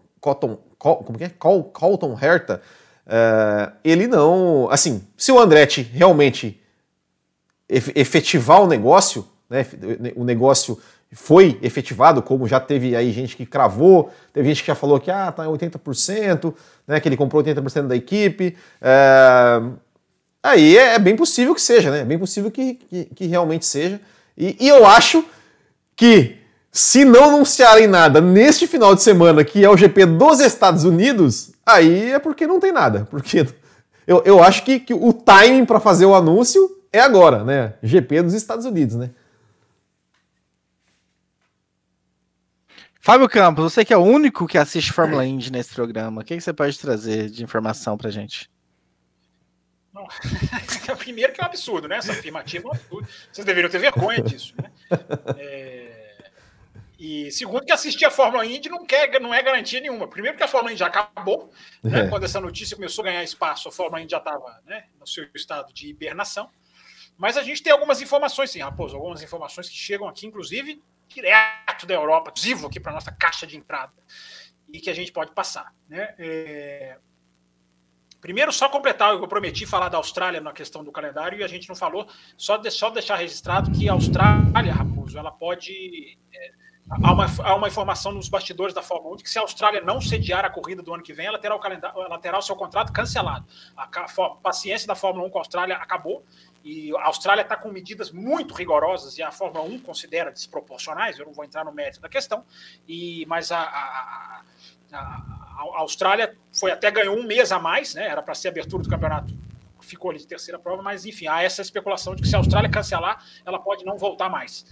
Colton Herta, ele não... Assim, se o Andretti realmente efetivar o negócio, né, o negócio foi efetivado, como já teve aí gente que cravou, teve gente que já falou que tá 80%, né, que ele comprou 80% da equipe, aí é bem possível que seja, né? É bem possível que realmente seja. E eu acho que se não anunciarem nada neste final de semana, que é o GP dos Estados Unidos, aí é porque não tem nada. Porque eu acho que o timing para fazer o anúncio é agora, né? GP dos Estados Unidos, né? Fábio Campos, você que é o único que assiste Fórmula Indy nesse programa, o que você pode trazer de informação pra gente? Primeiro que é um absurdo, né? Essa afirmativa é um absurdo. Vocês deveriam ter vergonha disso, né? E segundo que assistir a Fórmula Indy não é garantia nenhuma. Primeiro que a Fórmula Indy já acabou, né? Quando essa notícia começou a ganhar espaço, a Fórmula Indy já estava, né, no seu estado de hibernação. Mas a gente tem algumas informações, sim, Raposo, algumas informações que chegam aqui, inclusive, direto da Europa, exclusivo aqui para a nossa caixa de entrada, e que a gente pode passar, né? Primeiro, só completar, eu prometi falar da Austrália na questão do calendário e a gente não falou, só deixar registrado que a Austrália, Raposo, ela pode... Há uma informação nos bastidores da Fórmula 1 de que se a Austrália não sediar a corrida do ano que vem, ela terá o seu contrato cancelado. A paciência da Fórmula 1 com a Austrália acabou e a Austrália está com medidas muito rigorosas e a Fórmula 1 considera desproporcionais, eu não vou entrar no mérito da questão, mas a Austrália ganhou um mês a mais, né? Era para ser a abertura do campeonato, ficou ali de terceira prova, mas enfim, há essa especulação de que se a Austrália cancelar, ela pode não voltar mais.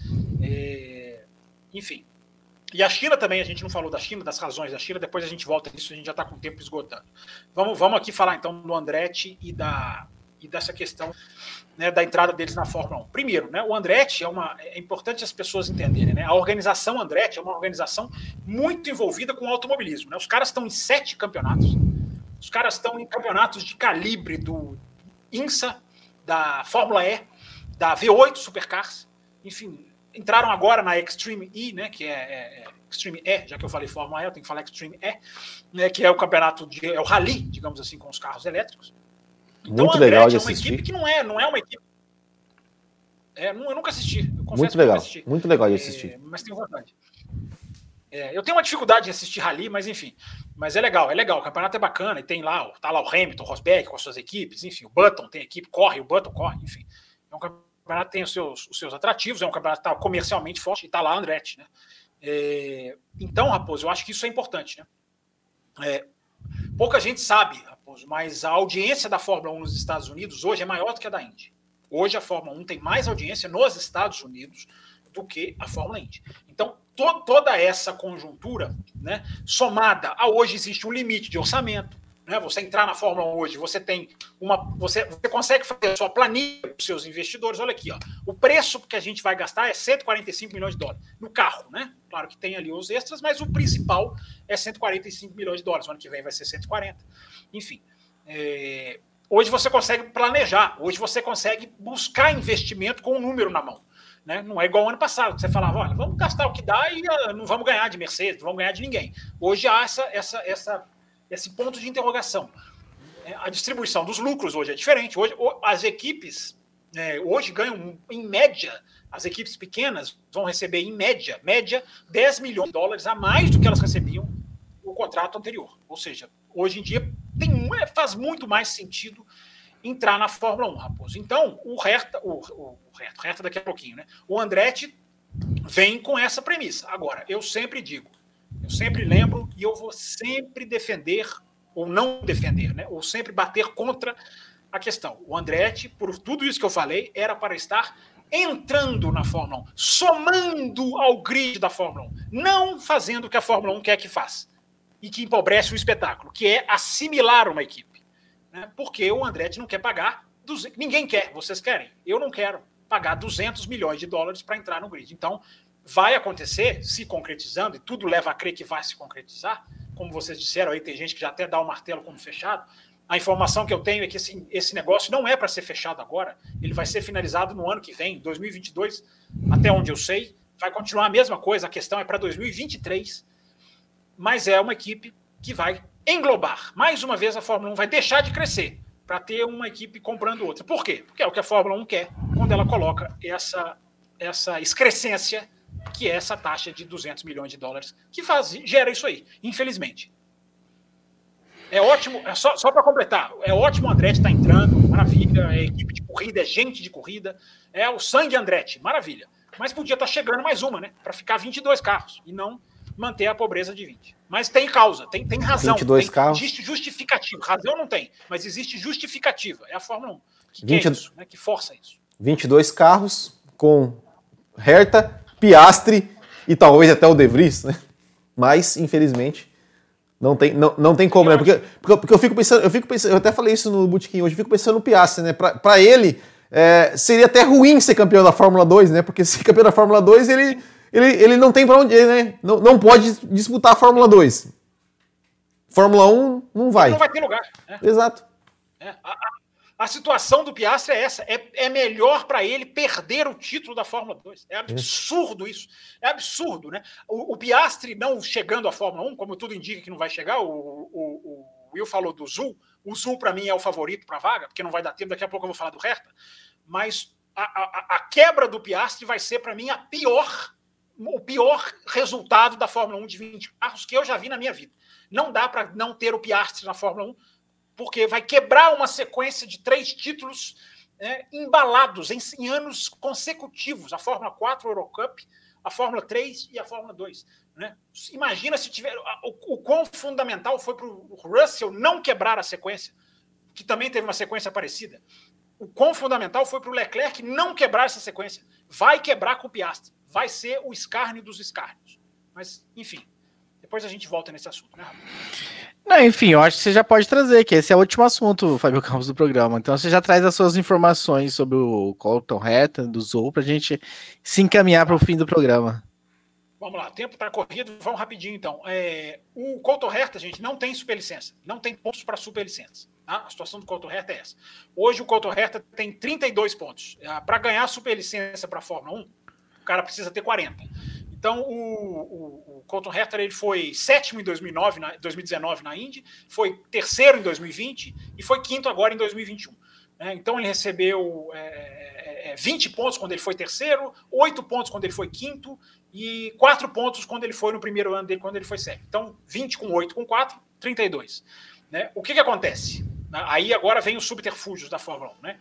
Enfim. E a China também, a gente não falou da China, das razões da China, depois a gente volta nisso, a gente já está com o tempo esgotando. Vamos aqui falar então do Andretti e dessa questão, né, da entrada deles na Fórmula 1. Primeiro, né, o Andretti é importante as pessoas entenderem, né, a organização Andretti é uma organização muito envolvida com o automobilismo. Né, os caras estão em 7 campeonatos, os caras estão em campeonatos de calibre do INSA, da Fórmula E, da V8 Supercars, enfim... Entraram agora na Extreme E, né, que é Extreme E, já que eu falei Fórmula E, eu tenho que falar Extreme E, né, que é o campeonato, é o rally, digamos assim, com os carros elétricos. Então, muito legal de assistir. É uma equipe que não é uma equipe... eu nunca assisti, eu confesso muito que legal, nunca assisti. Muito legal de assistir. Mas tenho vontade. Eu tenho uma dificuldade em assistir rally, mas enfim. Mas é legal. O campeonato é bacana, e tem lá, tá lá o Hamilton, o Rosberg com as suas equipes, enfim, o Button tem equipe, o Button corre, enfim. É um campeonato tem os seus atrativos, é um campeonato que está comercialmente forte e está lá Andretti, né? Então, Raposo, eu acho que isso é importante, né? Pouca gente sabe, Raposo, mas a audiência da Fórmula 1 nos Estados Unidos hoje é maior do que a da Indy. Hoje a Fórmula 1 tem mais audiência nos Estados Unidos do que a Fórmula Indy. Então, toda essa conjuntura, né, somada a hoje existe um limite de orçamento, né? Você entrar na Fórmula 1 hoje, você consegue fazer a sua planilha para os seus investidores. Olha aqui, ó, o preço que a gente vai gastar é 145 milhões de dólares no carro, né? Claro que tem ali os extras, mas o principal é 145 milhões de dólares. O ano que vem vai ser 140. Enfim, hoje você consegue planejar, hoje você consegue buscar investimento com um número na mão. Né? Não é igual ao ano passado, que você falava, olha, vamos gastar o que dá e não vamos ganhar de Mercedes, não vamos ganhar de ninguém. Hoje há esse ponto de interrogação. A distribuição dos lucros hoje é diferente. Hoje as equipes hoje ganham, em média, as equipes pequenas vão receber, em média, 10 milhões de dólares a mais do que elas recebiam no contrato anterior. Ou seja, hoje em dia faz muito mais sentido entrar na Fórmula 1, Raposo. Então, o Herta daqui a pouquinho, né? O Andretti vem com essa premissa. Agora, eu sempre digo, Eu sempre lembro e eu vou sempre defender ou não defender, né? Ou sempre bater contra a questão. O Andretti, por tudo isso que eu falei, era para estar entrando na Fórmula 1, somando ao grid da Fórmula 1, não fazendo o que a Fórmula 1 quer que faça e que empobrece o espetáculo, que é assimilar uma equipe. Né? Porque o Andretti não quer pagar, ninguém quer, vocês querem, eu não quero pagar 200 milhões de dólares para entrar no grid. Então, vai acontecer, se concretizando, e tudo leva a crer que vai se concretizar, como vocês disseram, aí tem gente que já até dá o martelo como fechado. A informação que eu tenho é que esse negócio não é para ser fechado agora, ele vai ser finalizado no ano que vem, 2022, até onde eu sei, vai continuar a mesma coisa, a questão é para 2023, mas é uma equipe que vai englobar. Mais uma vez, a Fórmula 1 vai deixar de crescer para ter uma equipe comprando outra. Por quê? Porque é o que a Fórmula 1 quer quando ela coloca essa excrescência, que é essa taxa de 200 milhões de dólares, que gera isso aí, infelizmente. É ótimo, só para completar, é ótimo o Andretti estar entrando, maravilha, é equipe de corrida, é gente de corrida, é o sangue Andretti, maravilha. Mas podia estar chegando mais uma, né? Para ficar 22 carros e não manter a pobreza de 20. Mas tem causa, tem razão. 22 carros. Existe justificativa. Razão não tem, mas existe justificativa. É a Fórmula 1 que quer isso, né? Que força isso. 22 carros com Herta, Piastri e talvez até o De Vries, né? Mas, infelizmente, não tem como, né? Porque eu fico pensando, eu até falei isso no Botequim hoje, eu fico pensando no Piastri, né? Pra ele, seria até ruim ser campeão da Fórmula 2, né? Porque ser campeão da Fórmula 2, ele não tem pra onde ir, né? Não pode disputar a Fórmula 2. Fórmula 1 não vai. Não vai ter lugar. Né? Exato. A situação do Piastri é essa. É melhor para ele perder o título da Fórmula 2. É absurdo isso. É absurdo, né? O Piastri não chegando à Fórmula 1, como tudo indica que não vai chegar, o Will falou do Zul. O Zul, para mim, é o favorito para a vaga, porque não vai dar tempo. Daqui a pouco eu vou falar do Herta. Mas a quebra do Piastri vai ser, para mim, o pior resultado da Fórmula 1 de 20 carros que eu já vi na minha vida. Não dá para não ter o Piastri na Fórmula 1, porque vai quebrar uma sequência de 3 títulos embalados em anos consecutivos. A Fórmula 4, a Eurocup, a Fórmula 3 e a Fórmula 2. Né? Imagina se tiver... O quão fundamental foi para o Russell não quebrar a sequência, que também teve uma sequência parecida. O quão fundamental foi para o Leclerc não quebrar essa sequência. Vai quebrar com o Piastri. Vai ser o escárnio dos escárnios. Mas, enfim, depois a gente volta nesse assunto, né, Rafa? Não, enfim, eu acho que você já pode trazer, que esse é o último assunto, Fábio Campos, do programa. Então você já traz as suas informações sobre o Colton Herta, do Zou, pra gente se encaminhar para o fim do programa. Vamos lá, o tempo está corrido, vamos rapidinho então. O Colton Herta, gente, não tem superlicença, não tem pontos para superlicença. Tá? A situação do Colton Herta é essa. Hoje o Colton Herta tem 32 pontos. Para ganhar superlicença para a Fórmula 1, o cara precisa ter 40. Então, o Colton Herta ele foi 7º em 2019 na Indy, foi 3º em 2020 e foi 5º agora em 2021. Então, ele recebeu 20 pontos quando ele foi 3º, 8 pontos quando ele foi 5º e 4 pontos quando ele foi no primeiro ano dele, quando ele foi 7º. Então, 20 com 8 com 4, 32. Né? O que acontece? Aí agora vem os subterfúgios da Fórmula 1. Né?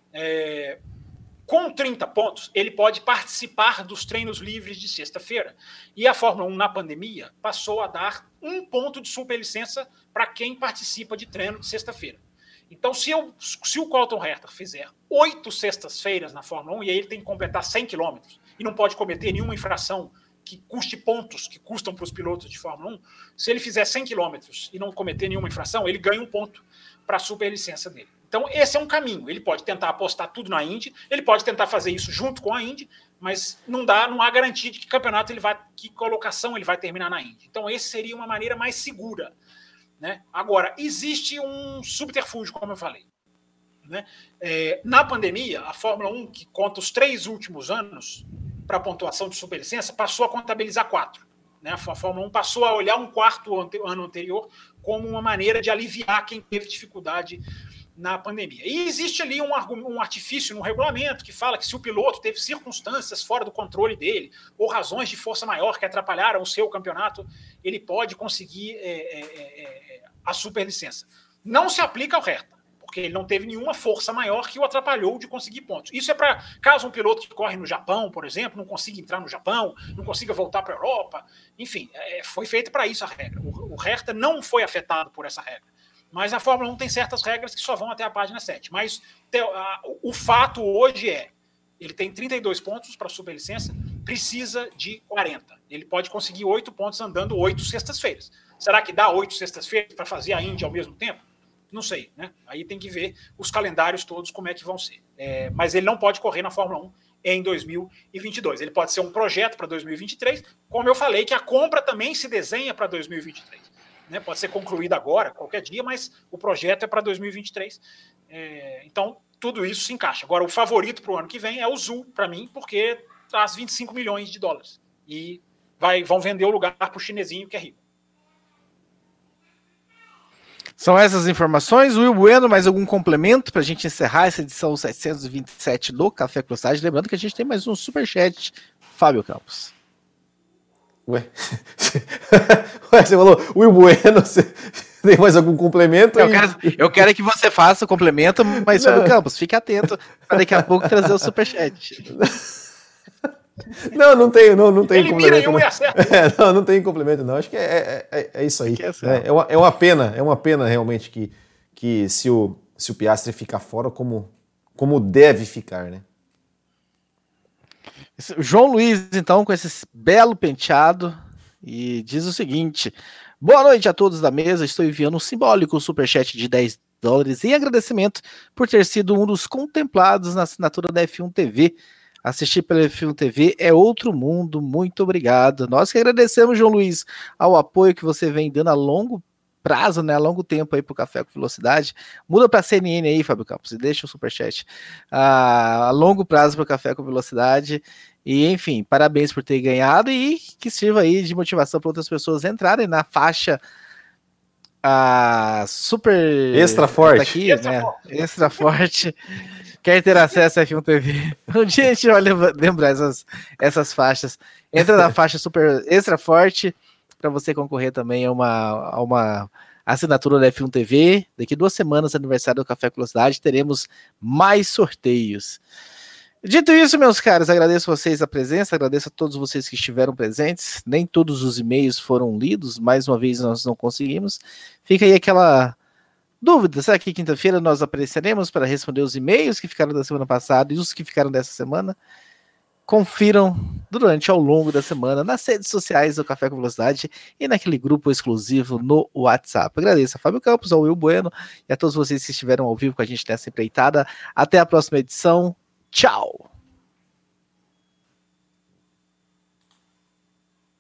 Com 30 pontos, ele pode participar dos treinos livres de sexta-feira. E a Fórmula 1, na pandemia, passou a dar 1 ponto de superlicença para quem participa de treino de sexta-feira. Então, se o Colton Herta fizer 8 sextas-feiras na Fórmula 1, e aí ele tem que completar 100 km, e não pode cometer nenhuma infração que custe pontos que custam para os pilotos de Fórmula 1, se ele fizer 100 km e não cometer nenhuma infração, ele ganha 1 ponto para a superlicença dele. Então, esse é um caminho. Ele pode tentar apostar tudo na Indy, ele pode tentar fazer isso junto com a Indy, mas não há garantia de que campeonato que colocação ele vai terminar na Indy. Então, essa seria uma maneira mais segura. Né? Agora, existe um subterfúgio, como eu falei. Né? Na pandemia, a Fórmula 1, que conta os 3 últimos anos para a pontuação de superlicença, passou a contabilizar 4. Né? A Fórmula 1 passou a olhar um 4º ano anterior como uma maneira de aliviar quem teve dificuldade na pandemia. E existe ali um artifício no regulamento que fala que se o piloto teve circunstâncias fora do controle dele ou razões de força maior que atrapalharam o seu campeonato, ele pode conseguir a superlicença. Não se aplica ao Herta, porque ele não teve nenhuma força maior que o atrapalhou de conseguir pontos. Isso é para caso um piloto que corre no Japão, por exemplo, não consiga entrar no Japão, não consiga voltar para a Europa. Enfim, foi feita para isso a regra. O Hertha não foi afetado por essa regra. Mas a Fórmula 1 tem certas regras que só vão até a página 7. Mas o fato hoje ele tem 32 pontos para superlicença, precisa de 40. Ele pode conseguir 8 pontos andando 8 sextas-feiras. Será que dá 8 sextas-feiras para fazer a Indy ao mesmo tempo? Não sei, né? Aí tem que ver os calendários todos como é que vão ser. Mas ele não pode correr na Fórmula 1 em 2022. Ele pode ser um projeto para 2023, como eu falei, que a compra também se desenha para 2023. Né? Pode ser concluída agora, qualquer dia, mas o projeto é para 2023. Então, tudo isso se encaixa. Agora, o favorito para o ano que vem é o Zul, para mim, porque traz 25 milhões de dólares. E vão vender o lugar para o chinesinho que é rico. São essas informações. Will Bueno, mais algum complemento para a gente encerrar essa edição 727 do Café com Velocidade? Lembrando que a gente tem mais um superchat, Fábio Campos. Ué, você falou Will Bueno, você tem mais algum complemento? Eu quero que você faça o complemento, mas Fábio Campos, fique atento para daqui a pouco trazer o superchat. Não tem complemento. Ele mira em um e acerta. Não tem complemento, não. Acho que é isso aí. É uma pena realmente que se o Piastri ficar fora, como deve ficar, né? João Luiz, então, com esse belo penteado, e diz o seguinte: boa noite a todos da mesa, estou enviando um simbólico superchat de $10 em agradecimento por ter sido um dos contemplados na assinatura da F1 TV. Assistir pela F1 TV é outro mundo, muito obrigado. Nós que agradecemos, João Luiz, ao apoio que você vem dando a longo prazo, né, a longo tempo aí pro Café com Velocidade. Muda para CNN aí, Fábio Campos, e deixa o superchat. A longo prazo pro Café com Velocidade. E, enfim, parabéns por ter ganhado e que sirva aí de motivação para outras pessoas entrarem na faixa super... Extra forte. Aqui, extra forte. Quer ter acesso à F1 TV? Um dia a gente vai lembrar essas faixas. Entra na faixa super extra forte para você concorrer também a uma assinatura da F1 TV. Daqui 2 semanas, aniversário do Café com Velocidade, teremos mais sorteios. Dito isso, meus caros, agradeço vocês a presença, agradeço a todos vocês que estiveram presentes. Nem todos os e-mails foram lidos, mais uma vez nós não conseguimos. Fica aí aquela dúvida, será que quinta-feira nós apareceremos para responder os e-mails que ficaram da semana passada e os que ficaram dessa semana? Confiram ao longo da semana nas redes sociais do Café com Velocidade e naquele grupo exclusivo no WhatsApp. Agradeço a Fábio Campos, ao Will Bueno e a todos vocês que estiveram ao vivo com a gente nessa empreitada. Até a próxima edição. Tchau!